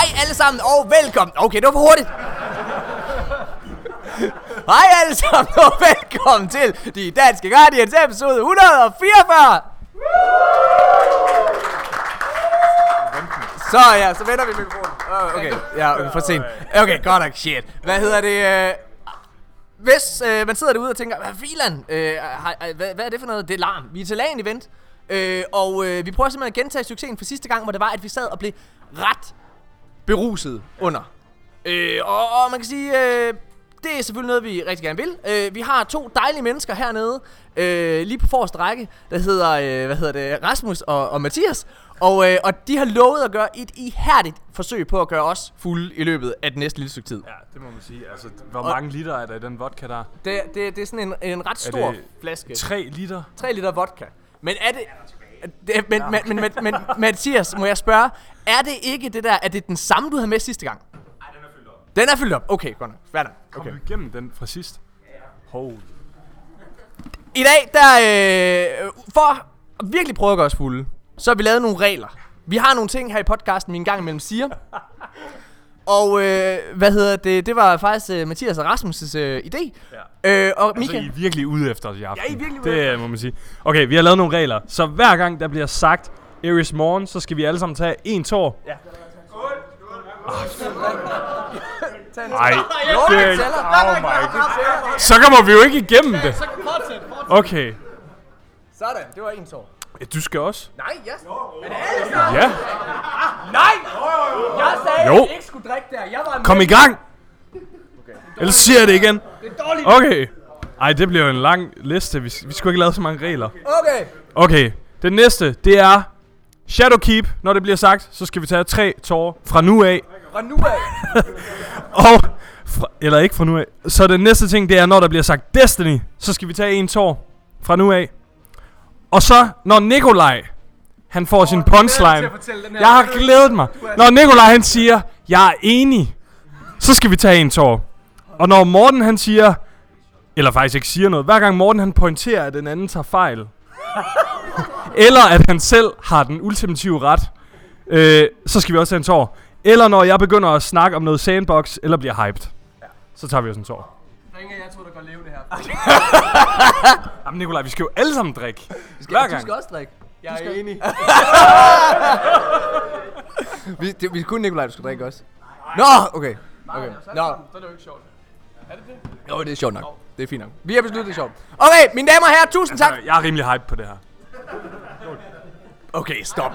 Hej alle sammen og velkommen. Okay, det var for hurtigt. Hej alle sammen og velkommen til De Danske Guardians episode 144. Så vender vi mikrofonen. Okay, ja, for sent. Okay, godt nok, shit. Hvad hedder det? Hvis man sidder derude og tænker, hvad filan? Hvad er det for noget? Det er larm. Vi er til LAN event. Og vi prøver simpelthen at gentage succesen for sidste gang, hvor det var, at vi sad og blev ret beruset under. Og man kan sige, det er selvfølgelig noget, vi rigtig gerne vil. Vi har to dejlige mennesker hernede, lige på forreste række, der hedder, Rasmus og Mathias. Og de har lovet at gøre et ihærdigt forsøg på at gøre os fulde i løbet af det næste lille stykke tid. Ja, det må man sige. Altså, hvor mange liter er der i den vodka der? Det er sådan en ret stor flaske. 3 liter? 3 liter vodka. Men er det... Men Mathias, må jeg spørge, er det ikke det der, er det den samme, du havde med sidste gang? Nej, den er fyldt op. Den er fyldt op? Okay, godt nok. Færdig. Okay. Kom vi igennem den fra sidst? Ja. Hold. I dag, der for at virkelig prøve at gøre os fulde, så har vi lavet nogle regler. Vi har nogle ting her i podcasten, vi en gang imellem siger. Og det var faktisk Mathias og Rasmus' idé. Ja. Og altså, Mika, I er virkelig ude efter os i aften. Ja, I er virkelig ude det må man sige. Okay, vi har lavet nogle regler. Så hver gang der bliver sagt Aries Morgen, så skal vi alle sammen tage en tår. Ja. Nej, det tæller. Oh my god. Så kommer vi jo ikke igennem det. Okay. Sådan, det var en tår. Ja, du skal også. Nej, yes. Ja. Nej! Jeg sagde, Jo. at jeg ikke skulle drikke der. Jeg var med. Kom i gang. Okay. Ellers siger jeg det igen. Det er dårligt. Okay. Ej, det bliver jo en lang liste. Vi skulle ikke lave så mange regler. Okay. Okay, det næste, det er Shadowkeep. Når det bliver sagt, så skal vi tage 3 tårer fra nu af. Fra nu af. Og eller ikke fra nu af. Så det næste ting, det er, når der bliver sagt Destiny, så skal vi tage 1 tår fra nu af. Og så, når Nikolaj, han får sin punchline. Jeg har glædet mig. Når Nikolaj, han siger, jeg er enig, så skal vi tage 1 tår. Og når Morten, han siger, eller faktisk ikke siger noget, hver gang Morten, han pointerer, at den anden tager fejl, eller at han selv har den ultimative ret, så skal vi også tage 1 tår. Eller når jeg begynder at snakke om noget sandbox, eller bliver hyped, så tager vi også 1 tår. Der er ingen af jer, der går leve det her. Jamen Nikolaj, vi skal jo alle sammen drikke. Hver gang. Du skal også drikke. Jeg er enig. Vi kun Nikolaj, du skal drikke også. Nå, okay. Nå. Så er det jo ikke sjovt. Er det det? Jo, det er sjovt nok. Det er fint nok. Vi har besluttet, det er sjovt. Okay, mine damer og herrer, tusind tak. Jeg er rimelig hype på det her. Okay, stop.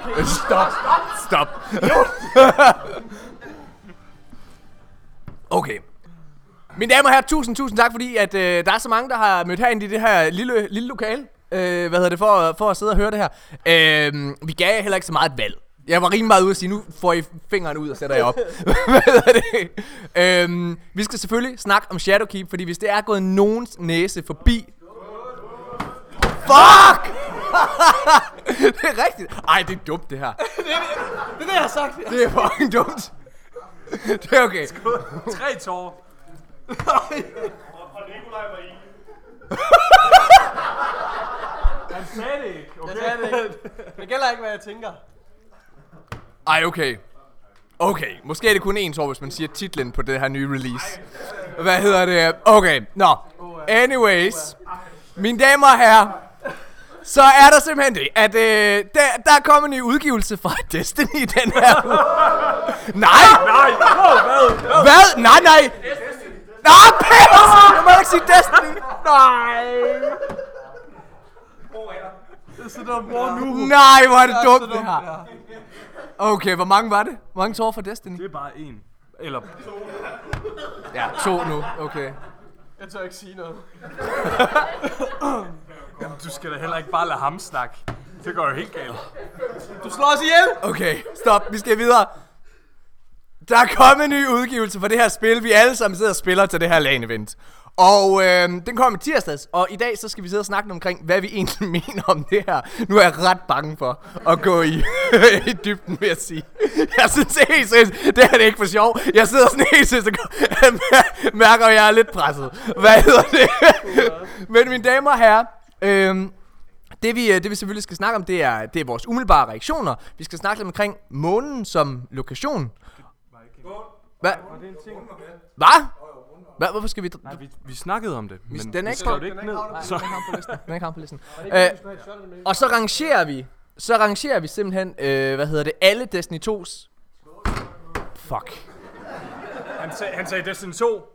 Okay. Mine damer og herrer, tusind tak, fordi at der er så mange, der har mødt herind i det her lille lokale. For at sidde og høre det her. Vi gav jer heller ikke så meget et valg. Jeg var rimelig meget ude at sige, nu får I fingeren ud og sætter jer op. Vi skal selvfølgelig snakke om Shadowkeep, fordi hvis det er gået nogens næse forbi... Fuck! Det er rigtigt. Ej, det er dumt det her. Det er det, jeg har sagt. Det er fucking dumt. Det er okay. 3 tår. Og Nikolaj var enig. Han sagde det ikke. Okay. Jeg sagde det ikke. Det gælder ikke, hvad jeg tænker. Ej, okay. Okay, måske er det kun 1 tår, hvis man siger titlen på det her nye release. Hvad hedder det? Okay, nå. Anyways. Mine damer og herrer, så er der simpelthen det, at der er kommet en ny udgivelse fra Destiny den her uge. Nej! Hvad? Nej! Nej, pæs! Jeg må ikke sige Destiny! Nej! Nej, hvor er det dumt det her. Okay, hvor mange var det? Hvor mange tår for Destiny? Det er bare 1. Eller... Ja, 2 nu. Okay. Jeg tør ikke sige noget. Jamen, du skal da heller ikke bare lade ham snakke. Det går jo helt galt. Du slår os ihjel! Okay, stop. Vi skal videre. Der er kommet en ny udgivelse for det her spil. Vi alle sammen sidder og spiller til det her LAN-event. Og den kommer i tirsdags. Og i dag så skal vi sidde og snakke omkring, hvad vi egentlig mener om det her. Nu er jeg ret bange for at gå i dybden, vil jeg sige. Jeg synes helt seriøst, det er det ikke for sjov. Jeg sidder sådan helt seriøst og mærker, at jeg er lidt presset. Hvad hedder det? Men mine damer og herrer, det vi selvfølgelig skal snakke om, det er vores umiddelbare reaktioner. Vi skal snakke lidt omkring månen som lokation. Hvad? det er en ting. Hvad? Hvorfor skal vi... Nej, vi snakkede om det, men den er ikke skrev på. det ikke ned. Så. Den er ikke på listen. Og så rangerer vi simpelthen, alle Destiny 2's... Fuck. Han sagde Destiny 2.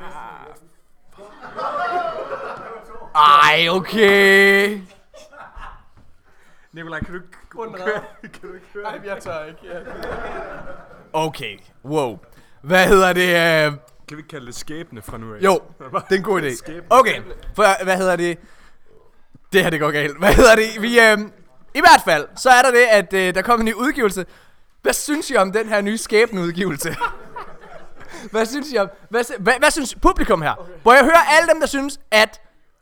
Ej, okay. Nikolaj, kan du ikke høre? Nej, jeg tør ikke. Okay, wow. Hvad hedder det? Kan vi ikke kalde det skæbne fra nu af? Jo, det er en god idé. Okay, for hvad hedder det? Det her, det går galt. Hvad hedder det? Vi, i hvert fald, så er der det, at der kommer en ny udgivelse. Hvad synes I om den her nye skæbneudgivelse? Hvad synes I om? Hvad synes publikum her? Hvor jeg hører alle dem, der synes, at...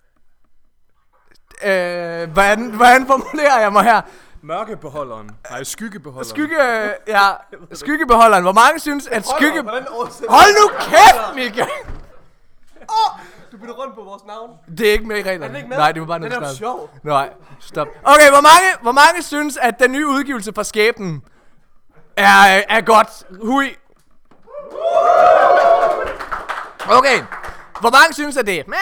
hvordan formulerer jeg mig her? Mørkebeholderen. Nej, skyggebeholderen. Skyggebeholderen. Hvor mange synes, at skygge... Hold nu kæft, Mika! Du bytter rundt på vores navn. Det er ikke med i reglerne. Er det ikke med? Nej, det var bare noget noget sjovt. Nej, stop. Okay, hvor mange synes, at den nye udgivelse fra Skæbnen er godt? Hui. Okay. Hvor mange synes, at det er?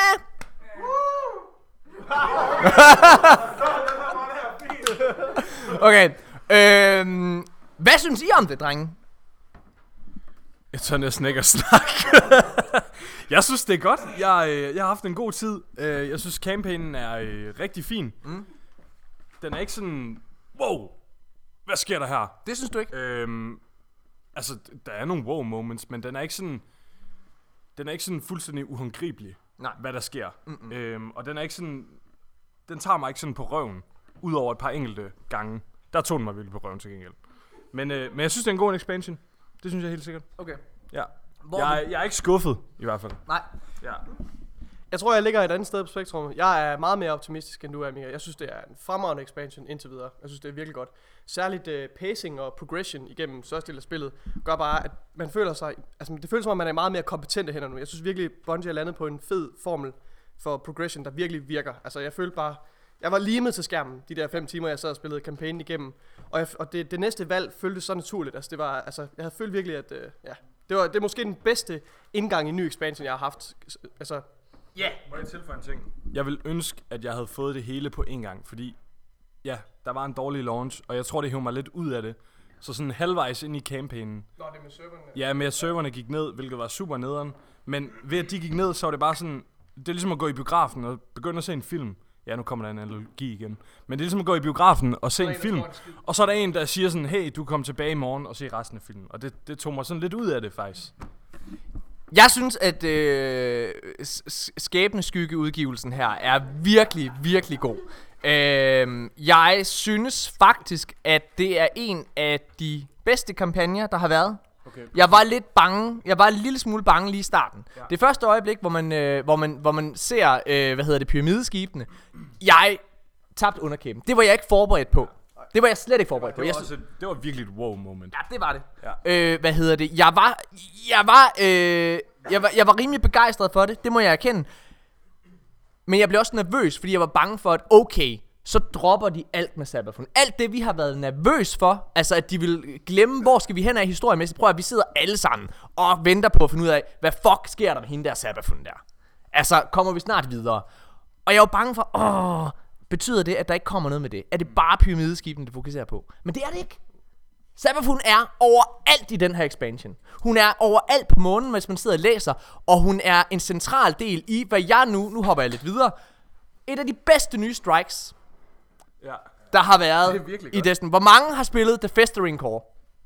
Okay. Hvad synes I om det, drenge? Jeg tør næsten ikke at snakke. Jeg synes, det er godt. Jeg har haft en god tid. Jeg synes, campaignen er rigtig fin. Den er ikke sådan... Wow! Hvad sker der her? Det synes du ikke? Altså, der er nogle wow moments, men den er ikke sådan fuldstændig uhåndgribelig. Nej. Hvad der sker. Og den er ikke sådan... Den tager mig ikke sådan på røven. Udover et par enkelte gange. Der tog den mig virkelig på røven til gengæld. Men jeg synes, det er en god expansion. Det synes jeg helt sikkert. Okay. Ja. Jeg er ikke skuffet, i hvert fald. Nej. Ja. Jeg tror, jeg ligger et andet sted på spektrum. Jeg er meget mere optimistisk, end du er, Mika. Jeg synes, det er en fremragende expansion indtil videre. Jeg synes, det er virkelig godt. Særligt pacing og progression igennem største del af spillet gør bare, at man føler sig... Altså, det føles som om, man er meget mere kompetent hænder nu. Jeg synes virkelig, Bungie er landet på en fed formel for progression, der virkelig virker. Altså, jeg følte bare... Jeg var limet til skærmen de der 5 timer, jeg sad og spillede kampagnen igennem. Og det næste valg føltes så naturligt. Altså, det var... Altså, jeg havde følt virkelig, at... Det er måske den bedste indgang i en ny expansion, jeg har haft. Altså... Ja, må jeg tilføje en ting? Jeg vil ønske, at jeg havde fået det hele på en gang, fordi ja, der var en dårlig launch, og jeg tror, det hævde mig lidt ud af det. Så sådan halvvejs ind i campaignen. Nå, det med serverne. Ja, med at serverne gik ned, hvilket var super nederen. Men ved at de gik ned, så var det bare sådan, det er ligesom at gå i biografen og begynde at se en film. Ja, nu kommer der en analogi igen. Men det er ligesom at gå i biografen og se en film, og så er der en, der siger sådan, hey, du kommer tilbage i morgen og se resten af filmen. Og det tog mig sådan lidt ud af det, faktisk. Jeg synes, at Skæbneskygge-udgivelsen her er virkelig, virkelig god. Jeg synes faktisk, at det er en af de bedste kampagner, der har været. Okay. Jeg var lidt bange. Jeg var en lille smule bange lige i starten. Ja. Det første øjeblik, hvor man ser, pyramideskibene. Jeg tabte underkæben. Det var jeg ikke forberedt på. Det var jeg slet ikke forberedt på. Det var virkelig et wow moment. Ja, det var det. Ja. Jeg var rimelig begejstret for det. Det må jeg erkende. Men jeg blev også nervøs, fordi jeg var bange for, at okay, så dropper de alt med Savathûn. Alt det, vi har været nervøs for, altså at de vil glemme, hvor skal vi hen af historiemæssigt. Prøv at vi sidder alle sammen og venter på at finde ud af, hvad fuck sker der med hende der Savathûn der. Altså, kommer vi snart videre. Og jeg var bange for, betyder det, at der ikke kommer noget med det? Er det bare pyramideskibene, det fokuserer på? Men det er det ikke. Savathûn er overalt i den her expansion. Hun er overalt på månen, hvis man sidder og læser. Og hun er en central del i, hvad jeg nu hopper jeg lidt videre, et af de bedste nye strikes, der har været i Destiny. Hvor mange har spillet The Festering Core?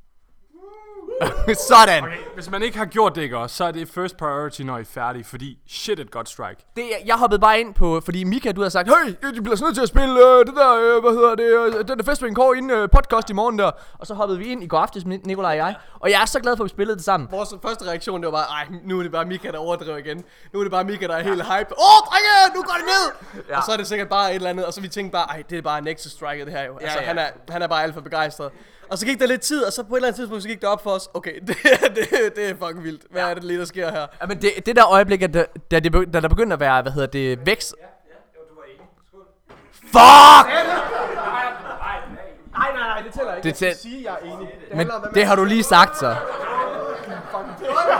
Sådan. Okay, hvis man ikke har gjort det, ikke også, så er det first priority, når I er færdige, fordi shit et godt strike. Jeg hoppede bare ind på, fordi Mika, du havde sagt, hey, de bliver nødt til at spille det der, den der Festering Core inden podcast i morgen der. Og så hoppede vi ind i går aftes, Nikolaj og jeg. Og jeg er så glad for, at vi spillede det sammen. Vores første reaktion, det var bare, nu er det bare Mika, der overdriver igen. Nu er det bare Mika, der er helt hype. Drenge, nu går det ned! Ja. Og så er det sikkert bare et eller andet, og så vi tænkte bare, det er bare Nexus Striker det her jo. Altså, han er bare alt for begejstret. Og så gik der lidt tid, og så på et eller andet tidspunkt, så gik det op for os. Okay, det er fucking vildt. Hvad er det lige, der sker her? Ja, men det der øjeblik, da der begyndte at være, vækst. Ja, du var enig. Skål. Fuck! Nej, det tæller ikke. Det jeg skal sige, jeg er enig. Men det har du lige sagt, så.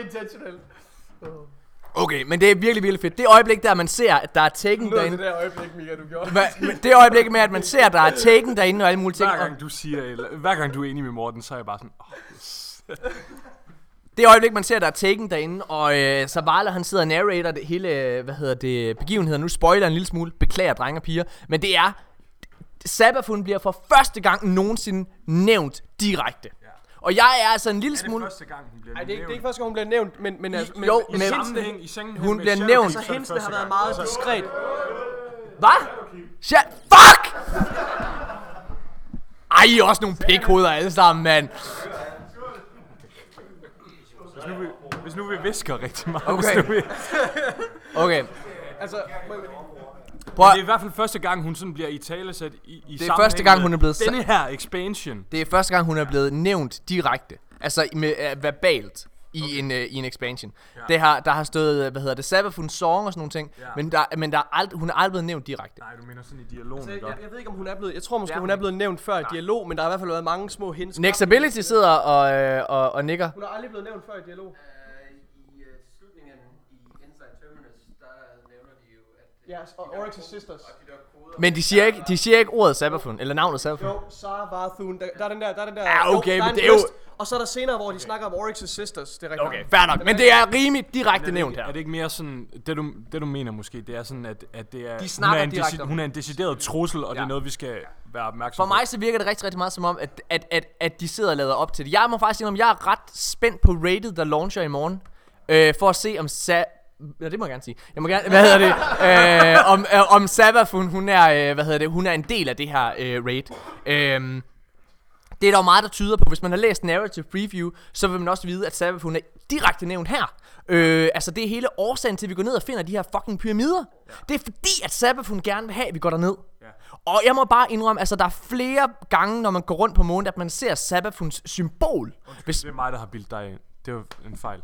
intentionelt. Okay, men det er virkelig, virkelig fedt. Det øjeblik der, man ser, at der er Taken derinde. Det der øjeblik, Mika, du gjorde. Det øjeblik med, at man ser, at der er Taken derinde og alle mulige ting. Hver gang du er enig med Morten, så er jeg bare sådan... Yes. Det øjeblik, man ser, at der er Taken derinde, og Zavala, han sidder og narrater det hele, begivenheden. Nu spoiler en lille smule, beklager drenge og piger. Men det er, Sabafun bliver for første gang nogensinde nævnt direkte. Og jeg er altså en lille smule... Er det første gang, hun bliver nævnt? Nej, det er ikke første gang, hun bliver nævnt, men altså... Jo, men sammenhæng i sengen. Hun bliver nævnt. Altså, hensene har været meget diskret. Hvad? Shit, fuck! Ej, I er også nogle pikhoveder alle sammen, mand. Hvis nu vi visker rigtig meget. Okay. Okay. Altså... Det er i hvert fald første gang, hun sådan bliver italesat i det er første gang, hun er blevet denne her expansion. Det er første gang, hun er blevet nævnt direkte. Altså med verbalt i en expansion. Ja. Der har stået, Sabafun Song og sådan nogle ting, men hun er aldrig blevet nævnt direkte. Nej, du mener sådan i dialogen. Altså, jeg ved ikke, om hun er blevet... Jeg tror måske, hun er blevet nævnt før i dialog, men der har i hvert fald været mange små hints. Nextability sidder og nikker. Hun har aldrig blevet nævnt før i dialog. I slutningen i Inside Terminus, der nævner de jo, at... Ja, og Oryx's Sisters. Men de siger ikke ordet Sabafun, eller navnet Sabafun. Jo, Sarvathun. Der er den der... Ja, okay, jo, men det er jo... Og så er der senere, hvor de snakker om Oryx's Sisters. Det er rigtigt. Okay, fair nok. Men det er rimelig direkte nævnt her. Er det ikke mere sådan... Det du mener måske, det er sådan, at det er... De snakker direkte hun er en decideret trussel, og det er noget, vi skal være opmærksom på. For mig så virker det rigtig, rigtig meget som om, at de sidder og lader op til det. Jeg må faktisk sige, om jeg er ret spændt på rated, der launcher i morgen. For at se om ja, det må jeg gerne sige. Jeg må gerne, om Sabafun, hun er, hun er en del af det her raid. Det er der jo meget, der tyder på. Hvis man har læst Narrative Preview, så vil man også vide, at Sabafun er direkte nævnt her. Altså det er hele årsagen til, at vi går ned og finder de her fucking pyramider. Ja. Det er fordi, at Sabafun gerne vil have, at vi går derned. Ja. Og jeg må bare indrømme, altså der er flere gange, når man går rundt på månen, at man ser Sabafuns symbol. Det er mig, der har bildt dig ind. Det var en fejl.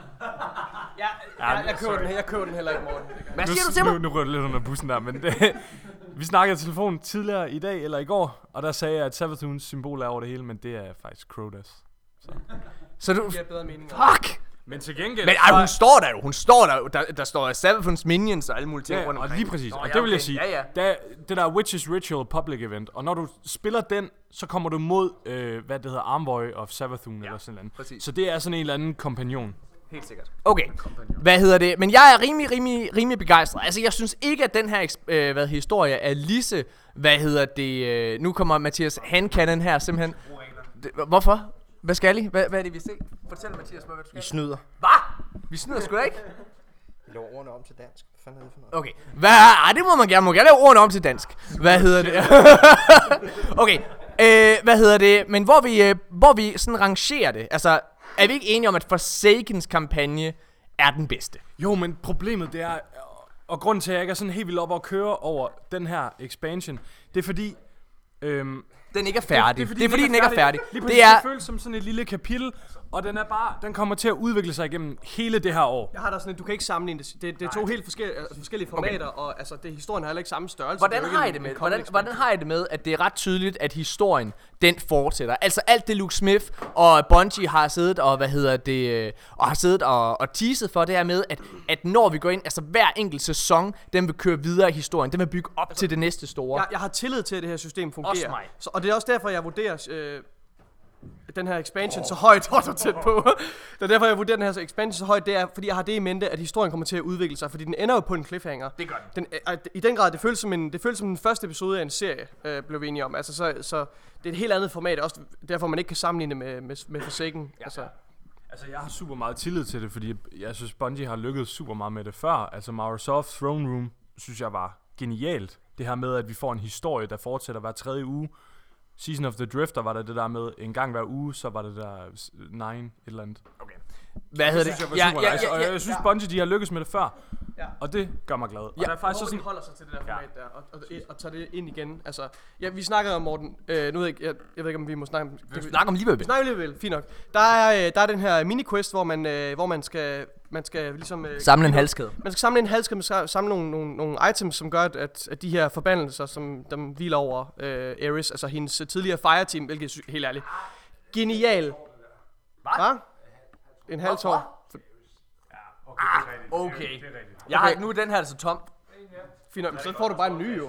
Jeg køber den heller ikke, Morten. Hvad siger du til mig? Nu rører det lidt under bussen der, men vi snakkede i telefonen tidligere i dag eller i går, og der sagde jeg, at Sabathuns symbol er over det hele, men det er faktisk Crodas. Så du... Det giver bedre mening. Fuck! Men til gengæld... Men hun står der jo. Hun står der. Der står Sabathuns minions og alle mulige ting rundt omkring. Og lige præcis. Og det vil jeg sige. Det der Witches Ritual Public Event. Og når du spiller den, så kommer du mod, hvad det hedder, Envoy of Savathun eller sådan noget. Præcis. Så det er sådan en eller anden kompagnon. Helt sikkert. Okay, hvad hedder det? Men jeg er rimelig begejstret. Altså, jeg synes ikke, at den her historie er lige så... nu kommer Mathias Hankanen her simpelthen... Hvorfor? Hvad skal I? Hvad er det, vi ser? Fortæl Mathias, hvad du skal. I snyder. Hvad? Vi snyder sgu da ikke. Vi laver ordene om til dansk. Hvad fanden er det for noget? Okay. Det må man gerne. Man må gerne lave ordene om til dansk. Hvad hedder det? Okay. Hvad hedder det? Men hvor vi sådan rangerer det. Altså, er vi ikke enige om, at Forsakens kampagne er den bedste? Jo, men problemet det er... Og grunden til, at jeg ikke er sådan helt vildt op at køre over den her expansion, det er fordi... Den ikke er færdig. Det er fordi den ikke er færdig. Det føles som sådan et lille kapitel, og den kommer til at udvikle sig igennem hele det her år. Jeg har da sådan, du kan ikke sammenligne det. Det er to helt forskellige formater, og altså historien har heller ikke samme størrelse. Hvordan har I det med, at det er ret tydeligt, at historien den fortsætter? Altså alt det Luke Smith og Bungie har siddet og teaset for det her med, at når vi går ind, altså hver enkelt sæson, den vil køre videre i historien, den vil bygge op til det næste store. Jeg har tillid til, at det her system fungerer. Også mig. Og det er også derfor, jeg vurderer den her expansion så højt, tæt på. Det er derfor, jeg vurderer den her expansion så højt, det er, fordi jeg har det i mente, at historien kommer til at udvikle sig, fordi den ender jo på en cliffhanger. Det gør den. I den grad, det føles som den første episode af en serie, blev vi enige om. Altså, så det er et helt andet format, også derfor man ikke kan sammenligne med Forsaken. Ja. Altså, jeg har super meget tillid til det, fordi jeg synes, Bungie har lykkedes super meget med det før. Altså, Microsoft Throne Room, synes jeg var genialt. Det her med, at vi får en historie, der fortsætter hver 3. uge. Season of the Drifter var det der med en gang hver uge, så var det der 9 et eller andet. Okay. Hvad hedder det? Og jeg synes Bungie, de har lykkes med det før. Ja. Og det gør mig glad. Ja, og der er faktisk så sådan holder sig til det der format der og tager det ind igen. Altså, vi snakkede om Morten. Nu ved jeg ved ikke om vi må snakke om. Vi snakker om Liverpool. Snakker Liverpool, fint nok. Der er den her mini quest, hvor man skal ligesom samle en halskæde. Man skal samle en halskæde, man skal samle nogle items, som gør at de her forbandelser, som dem hviler over Ares, altså hendes tidligere fireteam, hvilket er helt ærligt. Genial. Hvad? En halv tår. Okay. Jeg har, nu er den her altså tom. Fint nok, så får du bare en ny jo.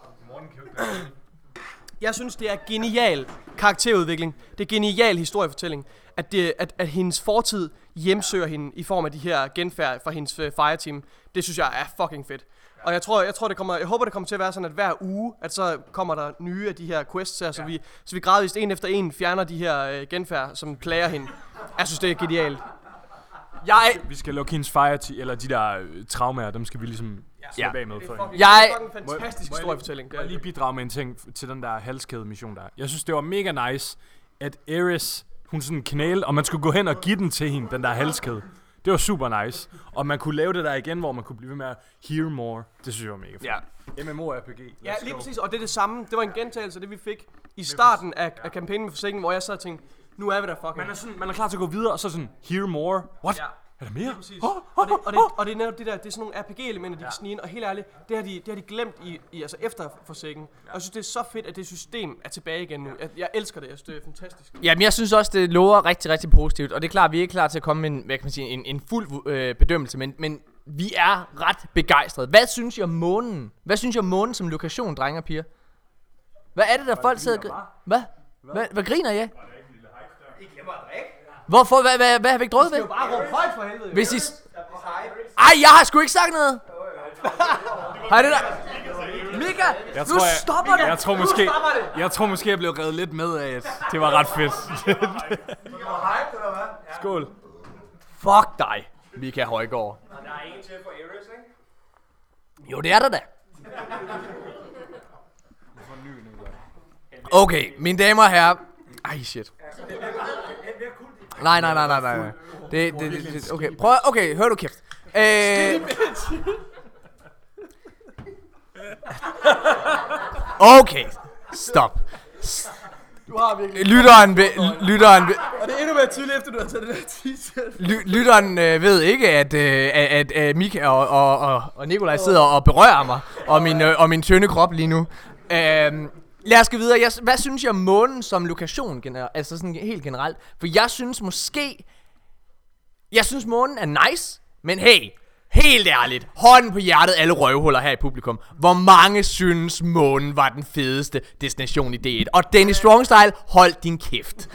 Jeg synes, det er genial karakterudvikling. Det er genial historiefortælling. At hendes fortid hjemsøger hende i form af de her genfærd fra hendes fireteam. Det synes jeg er fucking fedt. Og jeg håber det kommer til at være sådan, at hver uge, at så kommer der nye af de her quests her, så vi gradvist en efter en fjerner de her genfærd, som plager hende. Jeg synes, det er genialt. Vi skal lukke hendes fire eller de der traumer, dem skal vi ligesom slippe af med for hende. Det er fucking fantastisk historiefortælling. Jeg lige bidrage med en ting til den der halskæde mission der. Jeg synes, det var mega nice, at Ares, hun sådan knæl, og man skulle gå hen og give den til hende, den der halskæde. Det var super nice. Og man kunne lave det der igen, hvor man kunne blive ved med at hear more. Det synes jeg var mega fedt. Ja. MMORPG. Ja, lige præcis. Og det er det samme. Det var en gentagelse af det, vi fik i starten af kampagnen med forsikringen, hvor jeg sad og tænkte, nu er vi der fucking. Man er klar til at gå videre, og så sådan, hear more. What? Ja. Er der mere? Og det er netop det der, det er sådan nogle RPG-elementer, de kan snige ind, og helt ærligt, det har de glemt i altså efter forsikringen. Og jeg synes, det er så fedt, at det system er tilbage igen nu. Jeg elsker det, jeg synes, det er fantastisk. Jamen, jeg synes også, det lover rigtig, rigtig positivt, og det er klart, vi er ikke klar til at komme med en, hvad kan man sige, en fuld bedømmelse, men vi er ret begejstrede. Hvad synes I om månen? Hvad synes I om månen som lokation, drenge og piger? Hvad er det, der folk sidder... Hvad griner I af? I glemmer at drikke. Hvorfor? Hvad har vi ikke drukket ved? Det er jo bare råbe højt for helvede. Hvis I... Ej, jeg har sgu ikke sagt noget. Har I det der? Mika, nu stopper det. Jeg tror måske, jeg blev revet lidt med af, at det var ret fedt. Skål. Fuck dig, Mika Højgaard. Og der er en til for Ares, ikke? Jo, det er der da. Okay, mine damer og herrer. Ej, shit. Nej. Det, okay, okay, hør du kæft. Okay, stop. Du har virkelig... Lytteren vil... Og det er endnu mere tydeligt, efter du har taget det der t-shirt. Lytteren ved ikke, at Mika og Nikolaj sidder og berører mig og min tynde krop lige nu. Lad os gå videre. Hvad synes jeg om månen som lokation, altså sådan helt generelt? For jeg synes månen er nice, men hey, helt ærligt, hånden på hjertet, alle røvhuller her i publikum. Hvor mange synes månen var den fedeste destination i D1? Og Dennis Strongstyle, hold din kæft.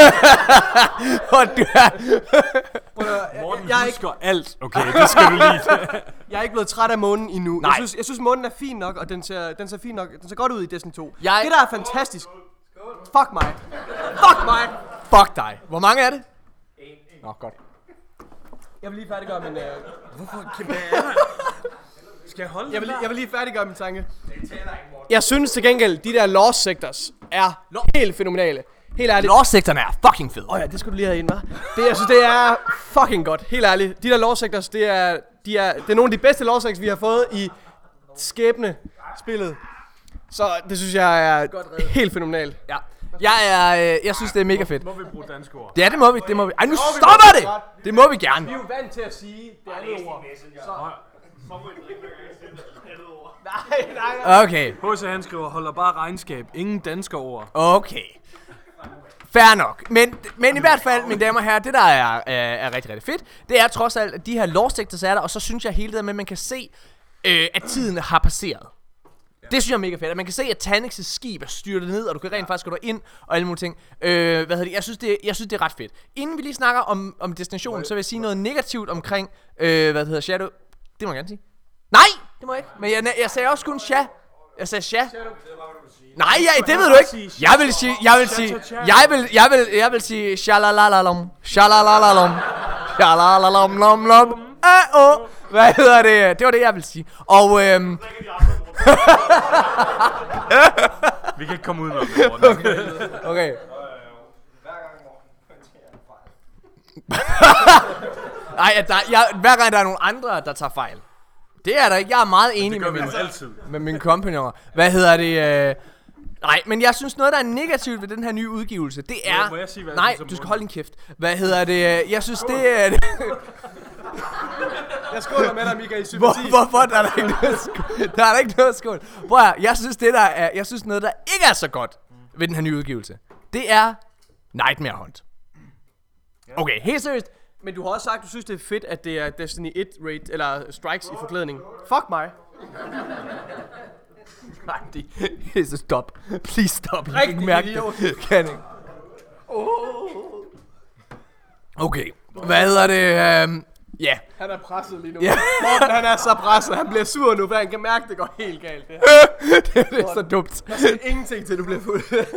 Morten husker alt. Okay, det skal du lide. Jeg er ikke blevet træt af månen endnu. Nej. Jeg synes månen er fin nok, og den ser fin nok. Den ser godt ud i Destiny 2. Jeg- Det der er fantastisk. Fuck mig. Fuck dig. Hvor mange er det? Nå, godt. Jeg vil lige færdiggøre min... Skal jeg holde Jeg vil lige færdiggøre min tanke. Jeg synes til gengæld, de der lost sectors er helt fænomenale. Helt ærligt. Lost-sektoren er fucking fed. Ja, det skulle du lige have ind, hva'? Jeg synes, det er fucking godt. Helt ærligt. De der lost sectors, det er nogle af de bedste lost sectors, vi har fået i Skæbne-spillet. Så det synes jeg er helt fænomenalt. Ja. Jeg synes, det er mega fedt. Må vi bruge danske ord? Ja, det må vi. Ej, nu stopper det! Det må vi gerne. Vi er jo vant til at sige det andet ord. Nej. Okay. H.C. han skriver, holder bare regnskab. Ingen danske ord. Okay. Fair nok. Men i hvert fald, mine damer og herrer, det der er rigtig, rigtig fedt, det er trods alt, at de her lost sectors er der, og så synes jeg hele det med, at man kan se, at tiden har passeret. Det synes jeg er mega fedt, at man kan se, at Taniks' skib er styrtet ned, og du kan rent faktisk gå derind og alle mulige ting. Jeg synes, det er ret fedt. Inden vi lige snakker om destinationen, så vil jeg sige noget negativt omkring, Shadow. Det må jeg gerne sige. Nej, det må jeg ikke. Men jeg sagde også kun Sha. Jeg sagde Sha. Nej, det ved du ikke. Jeg vil sige shalalalom. Shalalalom. Shalalalom lom lom. Hvad hedder det? Det var det jeg vil sige. Og Vi kan ikke komme ud med det. okay. Nej, hver gang der er nogle andre, der tager fejl. Det er der ikke. Jeg er meget enig med mine kompagnoner. Hvad hedder det? Nej, men jeg synes noget, der er negativt ved den her nye udgivelse, det er... Må jeg sige, hvad nej, du skal holde din kæft. Hvad hedder det? Jeg synes, det er... Jeg skåler med dig, Mika, i sympati. Hvorfor? Der er der ikke noget skål. Der er der ikke noget skål. Prøv at, jeg synes noget, der ikke er så godt ved den her nye udgivelse, det er Nightmare Hunt. Okay, helt seriøst. Men du har også sagt, du synes, det er fedt, at det er Destiny 1 raid, eller strikes i forklædning. Fuck mig. Nej, det er stop. Please stop. Jeg kan ikke Rigtig mærke idiot. det. Kan ikke. Okay, hvad hedder det? Ja. Han er presset lige nu. Ja. Morten, han er så presset. Han bliver sur nu, for han kan mærke, at det går helt galt. Det her. Det er så dumt. Der er ingenting til, du bliver fuld.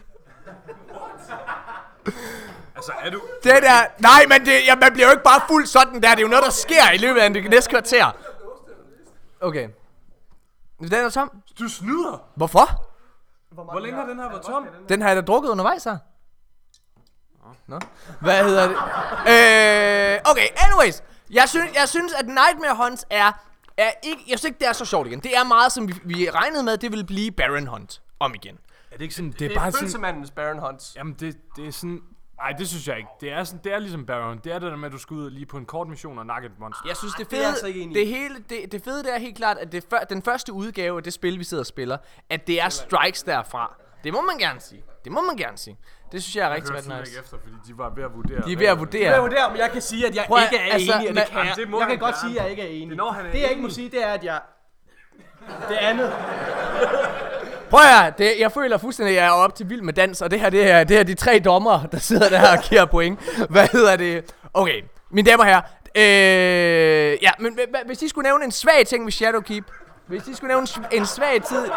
Altså, er du... Det der, nej, men man bliver jo ikke bare fuld sådan der. Det er jo noget, der sker i løbet af det næste kvarter. Okay. Den er tom. Du snyder! Hvorfor? Hvor længe har den her været tom? Den har jeg da drukket undervejs her. Nå. Hvad hedder det? Okay, anyways. Jeg synes, at Nightmare Hunt er ikke... Jeg synes ikke, det er så sjovt igen. Det er meget, som vi regnede med, det ville blive Baron Hunt om igen. Er det ikke sådan... Det er bare sådan... følelsemandens Baron Hunt. Jamen, det er sådan... Nej, det synes jeg ikke. Det er ligesom Baron. Det er det der med, at du skal ud lige på en kort mission og nakke et monster. Jeg synes, det det er jeg fede, altså ikke enig i. det fede det er helt klart, at den første udgave af det spil, vi sidder og spiller, at det er strikes derfra. Det må man gerne sige. Det synes jeg er rigtig nice. Ikke efter, fordi de var ved at vurdere. De er ved at vurdere. Men jeg kan sige, at jeg Prøv at- ikke er altså, enig, og det kan jamen, jeg. det må Jeg kan han godt gerne. sige, at jeg ikke er enig. Det er, når han er Det jeg ikke må enig. sige, det er, at jeg... Det andet. Prøv at jeg føler fuldstændig, at jeg er op til vild med dans, og det her er de 3 dommere, der sidder der og giver point. Hvad hedder det? Okay, mine damer og herrer. Ja, men hvis I skulle nævne en svag ting ved Shadowkeep, hvis I skulle nævne en svag tid...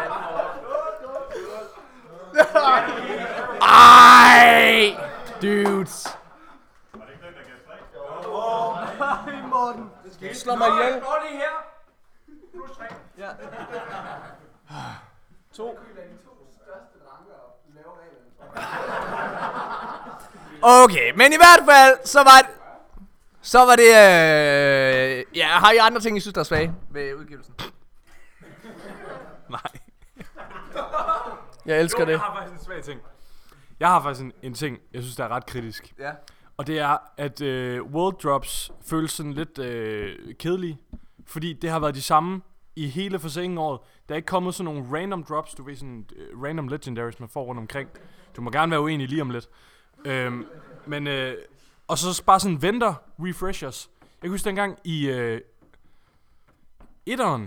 Ej! Dudes. Hej, Morten. Slå mig ihjel. Ja. 2. Okay, men i hvert fald, så var det, ja, har I andre ting, I synes, der er svage ved udgivelsen? Nej. Jeg elsker det. Jeg har faktisk en svag ting. Jeg har faktisk en ting, jeg synes, der er ret kritisk. Ja. Og det er, at World Drops føles sådan lidt kedelige. Fordi det har været de samme i hele Forsaken-året. Der er ikke kommet sådan nogle random drops, du ved, sådan random legendaries, man får rundt omkring. Du må gerne være uenig lige om lidt. Og så bare sådan venter refreshers. Jeg kan huske dengang i etteren.